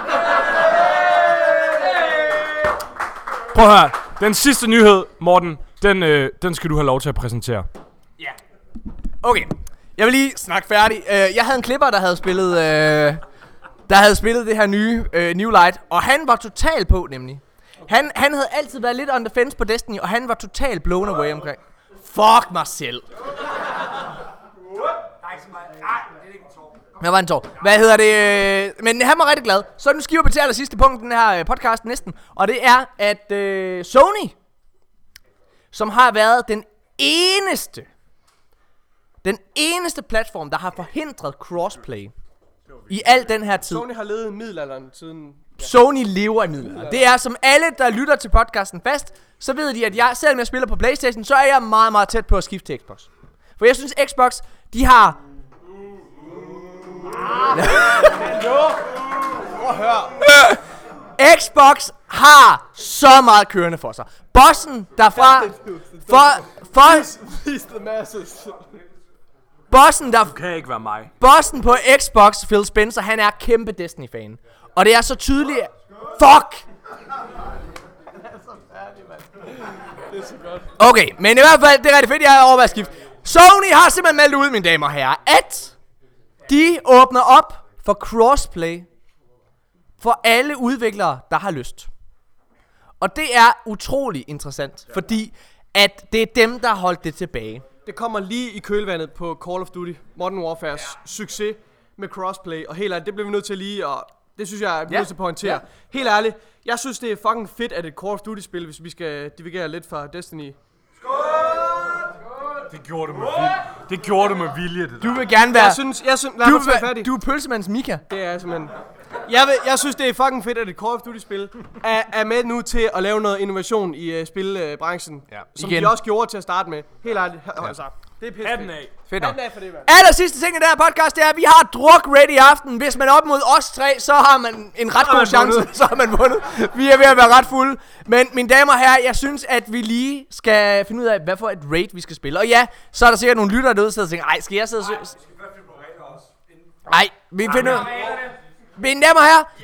Prøv at høre. Den sidste nyhed, Morten, den skal du have lov til at præsentere. Ja. Okay. Jeg vil lige snakke færdig. Jeg havde en klipper, der havde spillet det her nye New Light, og han var total på, nemlig. Han havde altid været lidt on the fence på Destiny, og han var total blown away omkring. Fuck mig selv. Jeg var en tår. Hvad hedder det? Men han var rigtig glad. Så nu skal vi til det sidste punkt i den her podcast næsten. Og det er, at Sony, som har været den eneste platform, der har forhindret crossplay i al den her tid. Sony har levet i middelalderen siden... Sony lever i middelalderen. Det er som alle, der lytter til podcasten fast, så ved de, at selvom jeg spiller på PlayStation, så er jeg meget, meget tæt på at skifte til Xbox. For jeg synes, Xbox, de har... Xbox har så meget kørende for sig. Bossen derfra... Bossen der... Kan ikke være mig. Bossen på Xbox, Phil Spencer, han er kæmpe Destiny-fan. Og det er så tydeligt... Fuck! Okay, men i hvert fald, det er rigtig fedt, jeg er over at skifte. Sony har simpelthen meldt ud, mine damer og herrer, at de åbner op for crossplay for alle udviklere, der har lyst. Og det er utrolig interessant, fordi at det er dem, der har holdt det tilbage. Det kommer lige i kølvandet på Call of Duty Modern Warfares succes med crossplay. Og helt ærligt, det bliver vi nødt til lige og det synes jeg, vi er nødt til at pointere. Helt ærligt, jeg synes, det er fucking fedt, at et Call of Duty-spil, hvis vi skal divergere lidt fra Destiny. Det gjorde du med vilje. Det gjorde du med vilje, det der. Du vil gerne være... Du er pølsemands Mika. Det er simpelthen... Jeg synes, det er fucking fedt, at et Call of Duty-spil er med nu til at lave noget innovation i spilbranchen. Ja. Som de også gjorde til at starte med. Helt ærligt. Altså, det er pisse fedt. Fedt nok. Aller sidste ting i den her podcast, det er, at vi har druk ready i aften. Hvis man er op mod os tre, så har man en ret god chance. Så har man vundet. Vi er ved at være ret fulde. Men mine damer og herrer, jeg synes, at vi lige skal finde ud af, hvad for et raid vi skal spille. Og ja, så er der sikkert nogle lyttere derude, der tænker, ej, skal jeg sidde og... Nej, vi finder... Mine damer og herrer,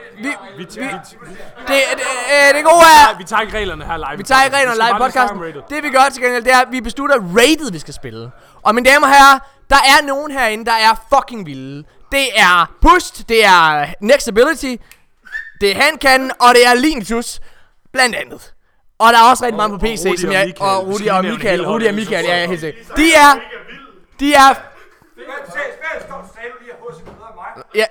det gode er... Vi tager ikke reglerne her live. Vi tager ikke reglerne live i podcasten. Det vi gør til gengæld, det er, at vi beslutter raidet, vi skal spille. Og mine damer og herrer, der er nogen herinde, der er fucking vilde. Det er Pust, det er Next Ability, det er Handcannon, og det er Linus, blandt andet. Og der er også rigtig mange på PC, som jeg... Og Rudi og Michael. Rudi og Michael, ja, helt sikkert. De er... Ja.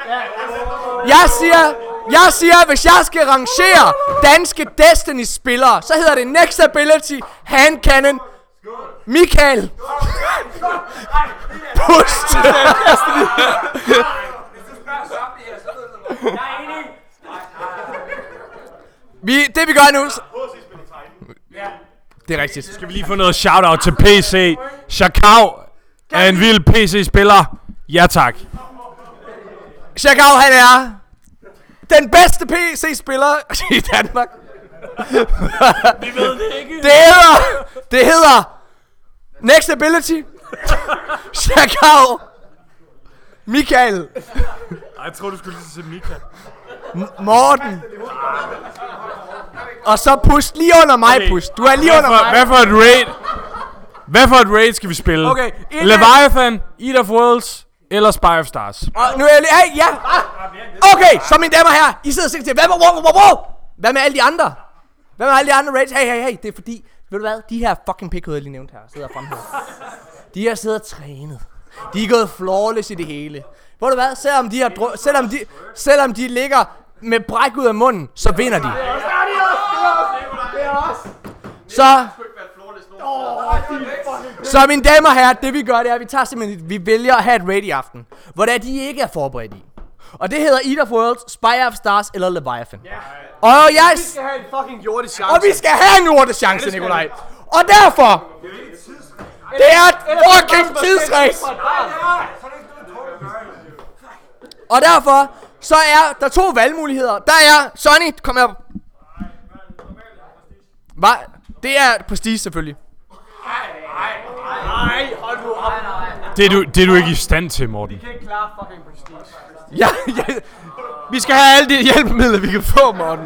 Jeg siger, hvis jeg skal rangere danske Destiny-spillere, så hedder det Next Ability, Handcannon, Michael. Pust! Det vi gør nu... Det er rigtigt. Skal vi lige få noget shout-out til PC? Chakao er en vild PC-spiller. Ja tak. Chakao, han er den bedste PC-spiller i Danmark. Vi ved det ikke. Det hedder Next Ability. Chakao. Michael. Jeg tror du skulle lige sige Michael. Morten. Og så Pust lige under mig, okay. Pust. Du er lige under mig. Hvad for et raid skal vi spille? Okay. Leviathan, Eat of Worlds eller Spire of Stars? Og nu er jeg lige... Hey, ja! Okay, så mine damer her, I sidder og siger til, hvad med alle de andre? Hvad med alle de andre raids? Hey, det er fordi, ved du hvad, de her fucking pikhoveder, jeg lige nævnte her, sidder frem her. De har siddet og trænet. De er gået flawless i det hele. Ved du hvad, selvom de ligger med bræk ud af munden, så vinder de. Så mine damer og herrer, det vi gør, det er, at vi tager simpelthen, vi vælger at have et raid i aften, hvor det er, de ikke er forberedt i. Og det hedder Eat of Worlds, Spire of Stars eller Leviathan. Og vi skal have en fucking jordisk chance. Og vi skal have en jordisk chance, Nikolaj. Og derfor, det er et fucking tidsræs. Og derfor, så er der 2 valgmuligheder. Der er, Sonny, kom her. Hvad? Det er prestige selvfølgelig. Nej, hold nu op. Det er du ikke i stand til, Morten. Vi kan ikke klare fucking prestige. Ja. Vi skal have alle de hjælpemidler, vi kan få, Morten.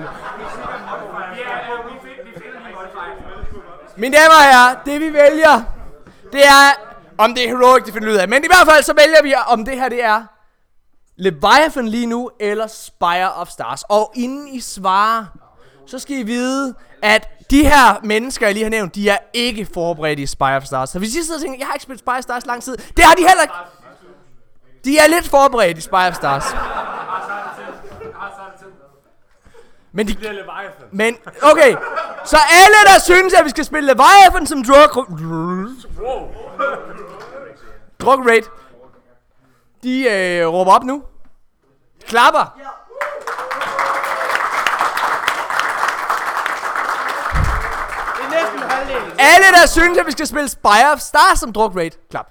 Mine damer og herrer, det vi vælger, det er, om det er heroic, det finder ud af. Men i hvert fald så vælger vi, om det her det er Leviathan lige nu, eller Spire of Stars. Og inden I svarer, så skal I vide, at de her mennesker, jeg lige har nævnt, de er ikke forberedt i Spire of Stars. Så hvis I sidder og tænker, jeg har ikke spillet Spire of Stars lang tid, det har de heller ikke. De er lidt forberedt i Spire of Stars. Men okay, så alle der synes, at vi skal spille Leviathan som drug raid, de råber op nu. Klapper. Alle der synes, at vi skal spille Spire of Stars som drug raid, klap.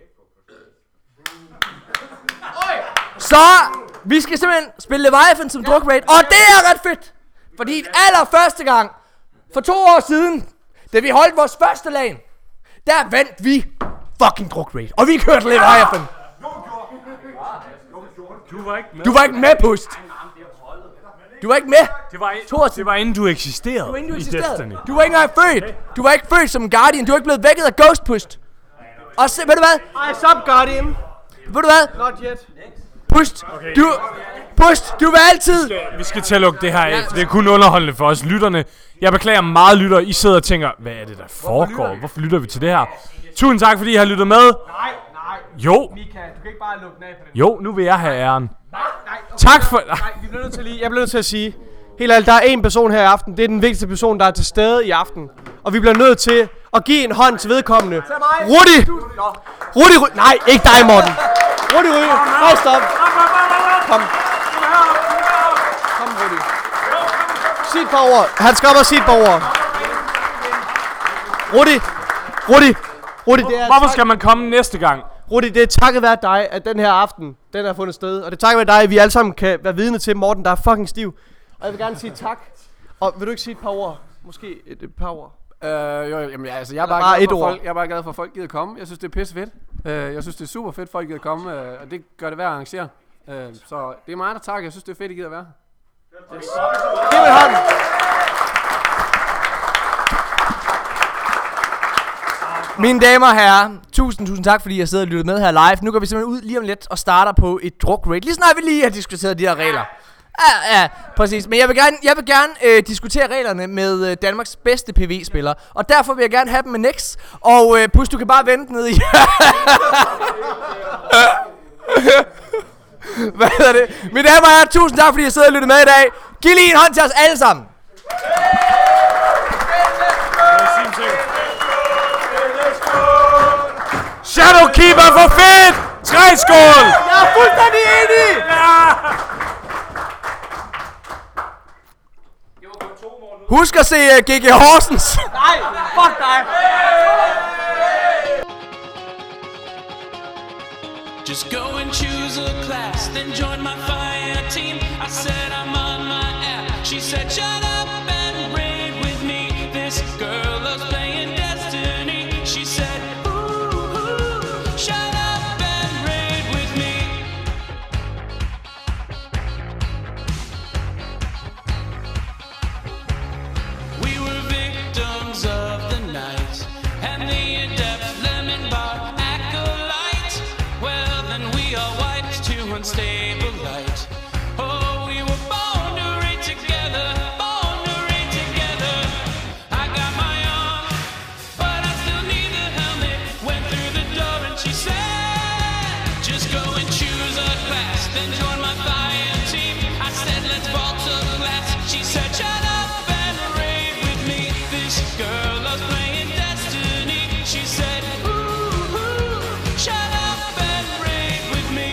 Så vi skal simpelthen spille Leviathan som drug raid, og det er ret fedt. Fordi allerførste gang, for 2 år siden, da vi holdt vores første lag, der vandt vi fucking drug raid. Og vi kørte Leviathan. Du var ikke med, Pust. Du var ikke med. Det var inden du eksisterede. Destiny. Du var ikke engang født. Du var ikke født som Guardian. Du er ikke blevet vækket af Ghost, Pust. Og se, ved du hvad? Eyes up, Guardian. Ved du hvad? Not yet. Pust, du vil altid... Vi skal til at lukke det her af. Det er kun underholdende for os lytterne. Jeg beklager meget, lytter. I sidder og tænker, hvad er det der foregår? Hvorfor lytter vi til det her? Tusind tak, fordi I har lyttet med. Nej. Jo. Mika, du kan ikke bare lukke den af på det. Jo, nu vil jeg have æren. Nej. Tak for... Nej, jeg bliver nødt til at sige... Helt ærligt, der er en person her i aften. Det er den vigtigste person, der er til stede i aften. Og vi bliver nødt til at give en hånd til vedkommende. Rudi! Nej, ikke dig, Morten. Rudi. Nej, stop. Kom, Rudi. Sig et par ord. Han skal op og sige et par ord. Rudi, det er... Hvorfor skal man komme næste gang? Rudi, det er takket være dig, at den her aften, den har fundet sted. Og det er takket være dig, at vi alle sammen kan være vidne til Morten, der er fucking stiv. Og jeg vil gerne sige tak. Og vil du ikke sige et par ord? Måske et par ord? Jamen, altså, jeg er bare glad for, at folk gider komme. Jeg synes, det er pisse fedt. Jeg synes, det er super fedt, at folk gider komme. Og det gør det værd at arrangere. Så det er mig, der takker. Jeg synes, det er fedt, at I gider være. Yes. Giv mig en hånd. Mine damer og herrer, tusind tak, fordi I har siddet og lyttet med her live. Nu går vi simpelthen ud lige om lidt og starter på et drug raid. Lige snart vi lige har diskuteret de her regler. Ja, præcis. Men jeg vil gerne diskutere reglerne med Danmarks bedste PvE-spiller. Og derfor vil jeg gerne have dem med Nex. Og Pus, du kan bare vente ned i... Hvad er det? Mine damer og herrer, tusind tak, fordi I har siddet og lyttet med i dag. Giv lige en hånd til os alle sammen. Shut Shadowkeeper for fedt! Træskål! Jeg er fuldstændig enig! Husk at se G.G. Horsens. Nej, fuck dig! Just go and choose a class, then join my fire team. I said I'm on my app. She said shut up and raid with me. This girl loves playing Destiny. She said ooh, shut up and raid with me. We were victims of the night and the adept lemon bar acolyte. Well, then we all wiped to unstable light. Oh, we were born to raid together, born to raid together. I got my arm, but I still need the helmet. Went through the door and she said, just go and choose a class, then join my fire team. I said, let's vault to class. She said, shut up and raid with me. This girl loves playing Destiny. She said, ooh, shut up and raid with me.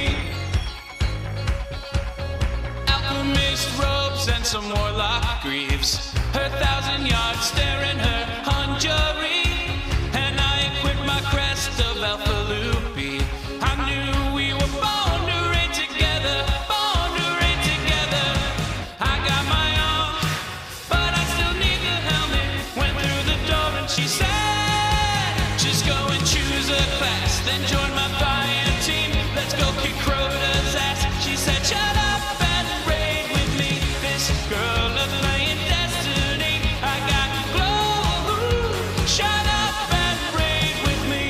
Alchemist robes and some warlock greaves. Her 1,000-yard stare and her Hanjari. And I equipped my crest of Alpha Lupi. I knew we were born to raid together, born to raid together. I got my arm, but I still need the helmet. Went through the door and she said, just go and choose a class, then join my fire team. Let's go kick Crota's ass. She said, shut up and raid with me. This girl loves playing Destiny. I got glow. Shut up and raid with me.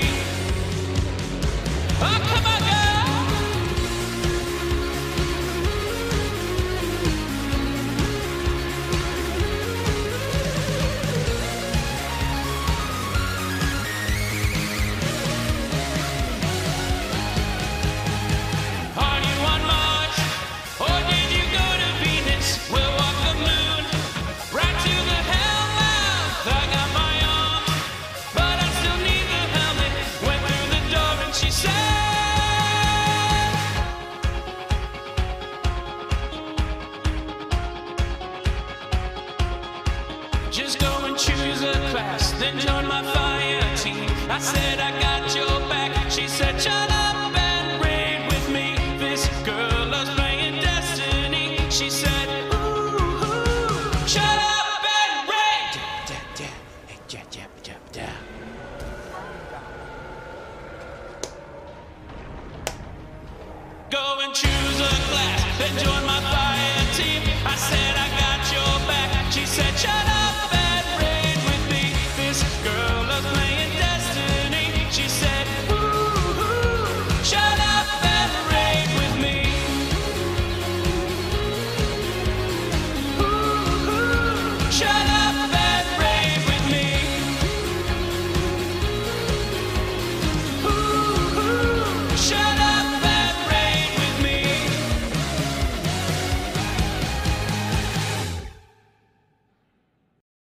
Oh, come on, girl. Are you on Mars? Or did you go to Venus? We'll walk the moon right to the hellmouth. I got my arm, but I still need the helmet. Went through the door and she said, just go and choose a class, then join my fire team. I said I got your back. She said shut up and raid with me. This girl loves playing Destiny. She said ooh, shut up and raid. Go and choose a class, then join my fire team. I said I got your back. She said shut up.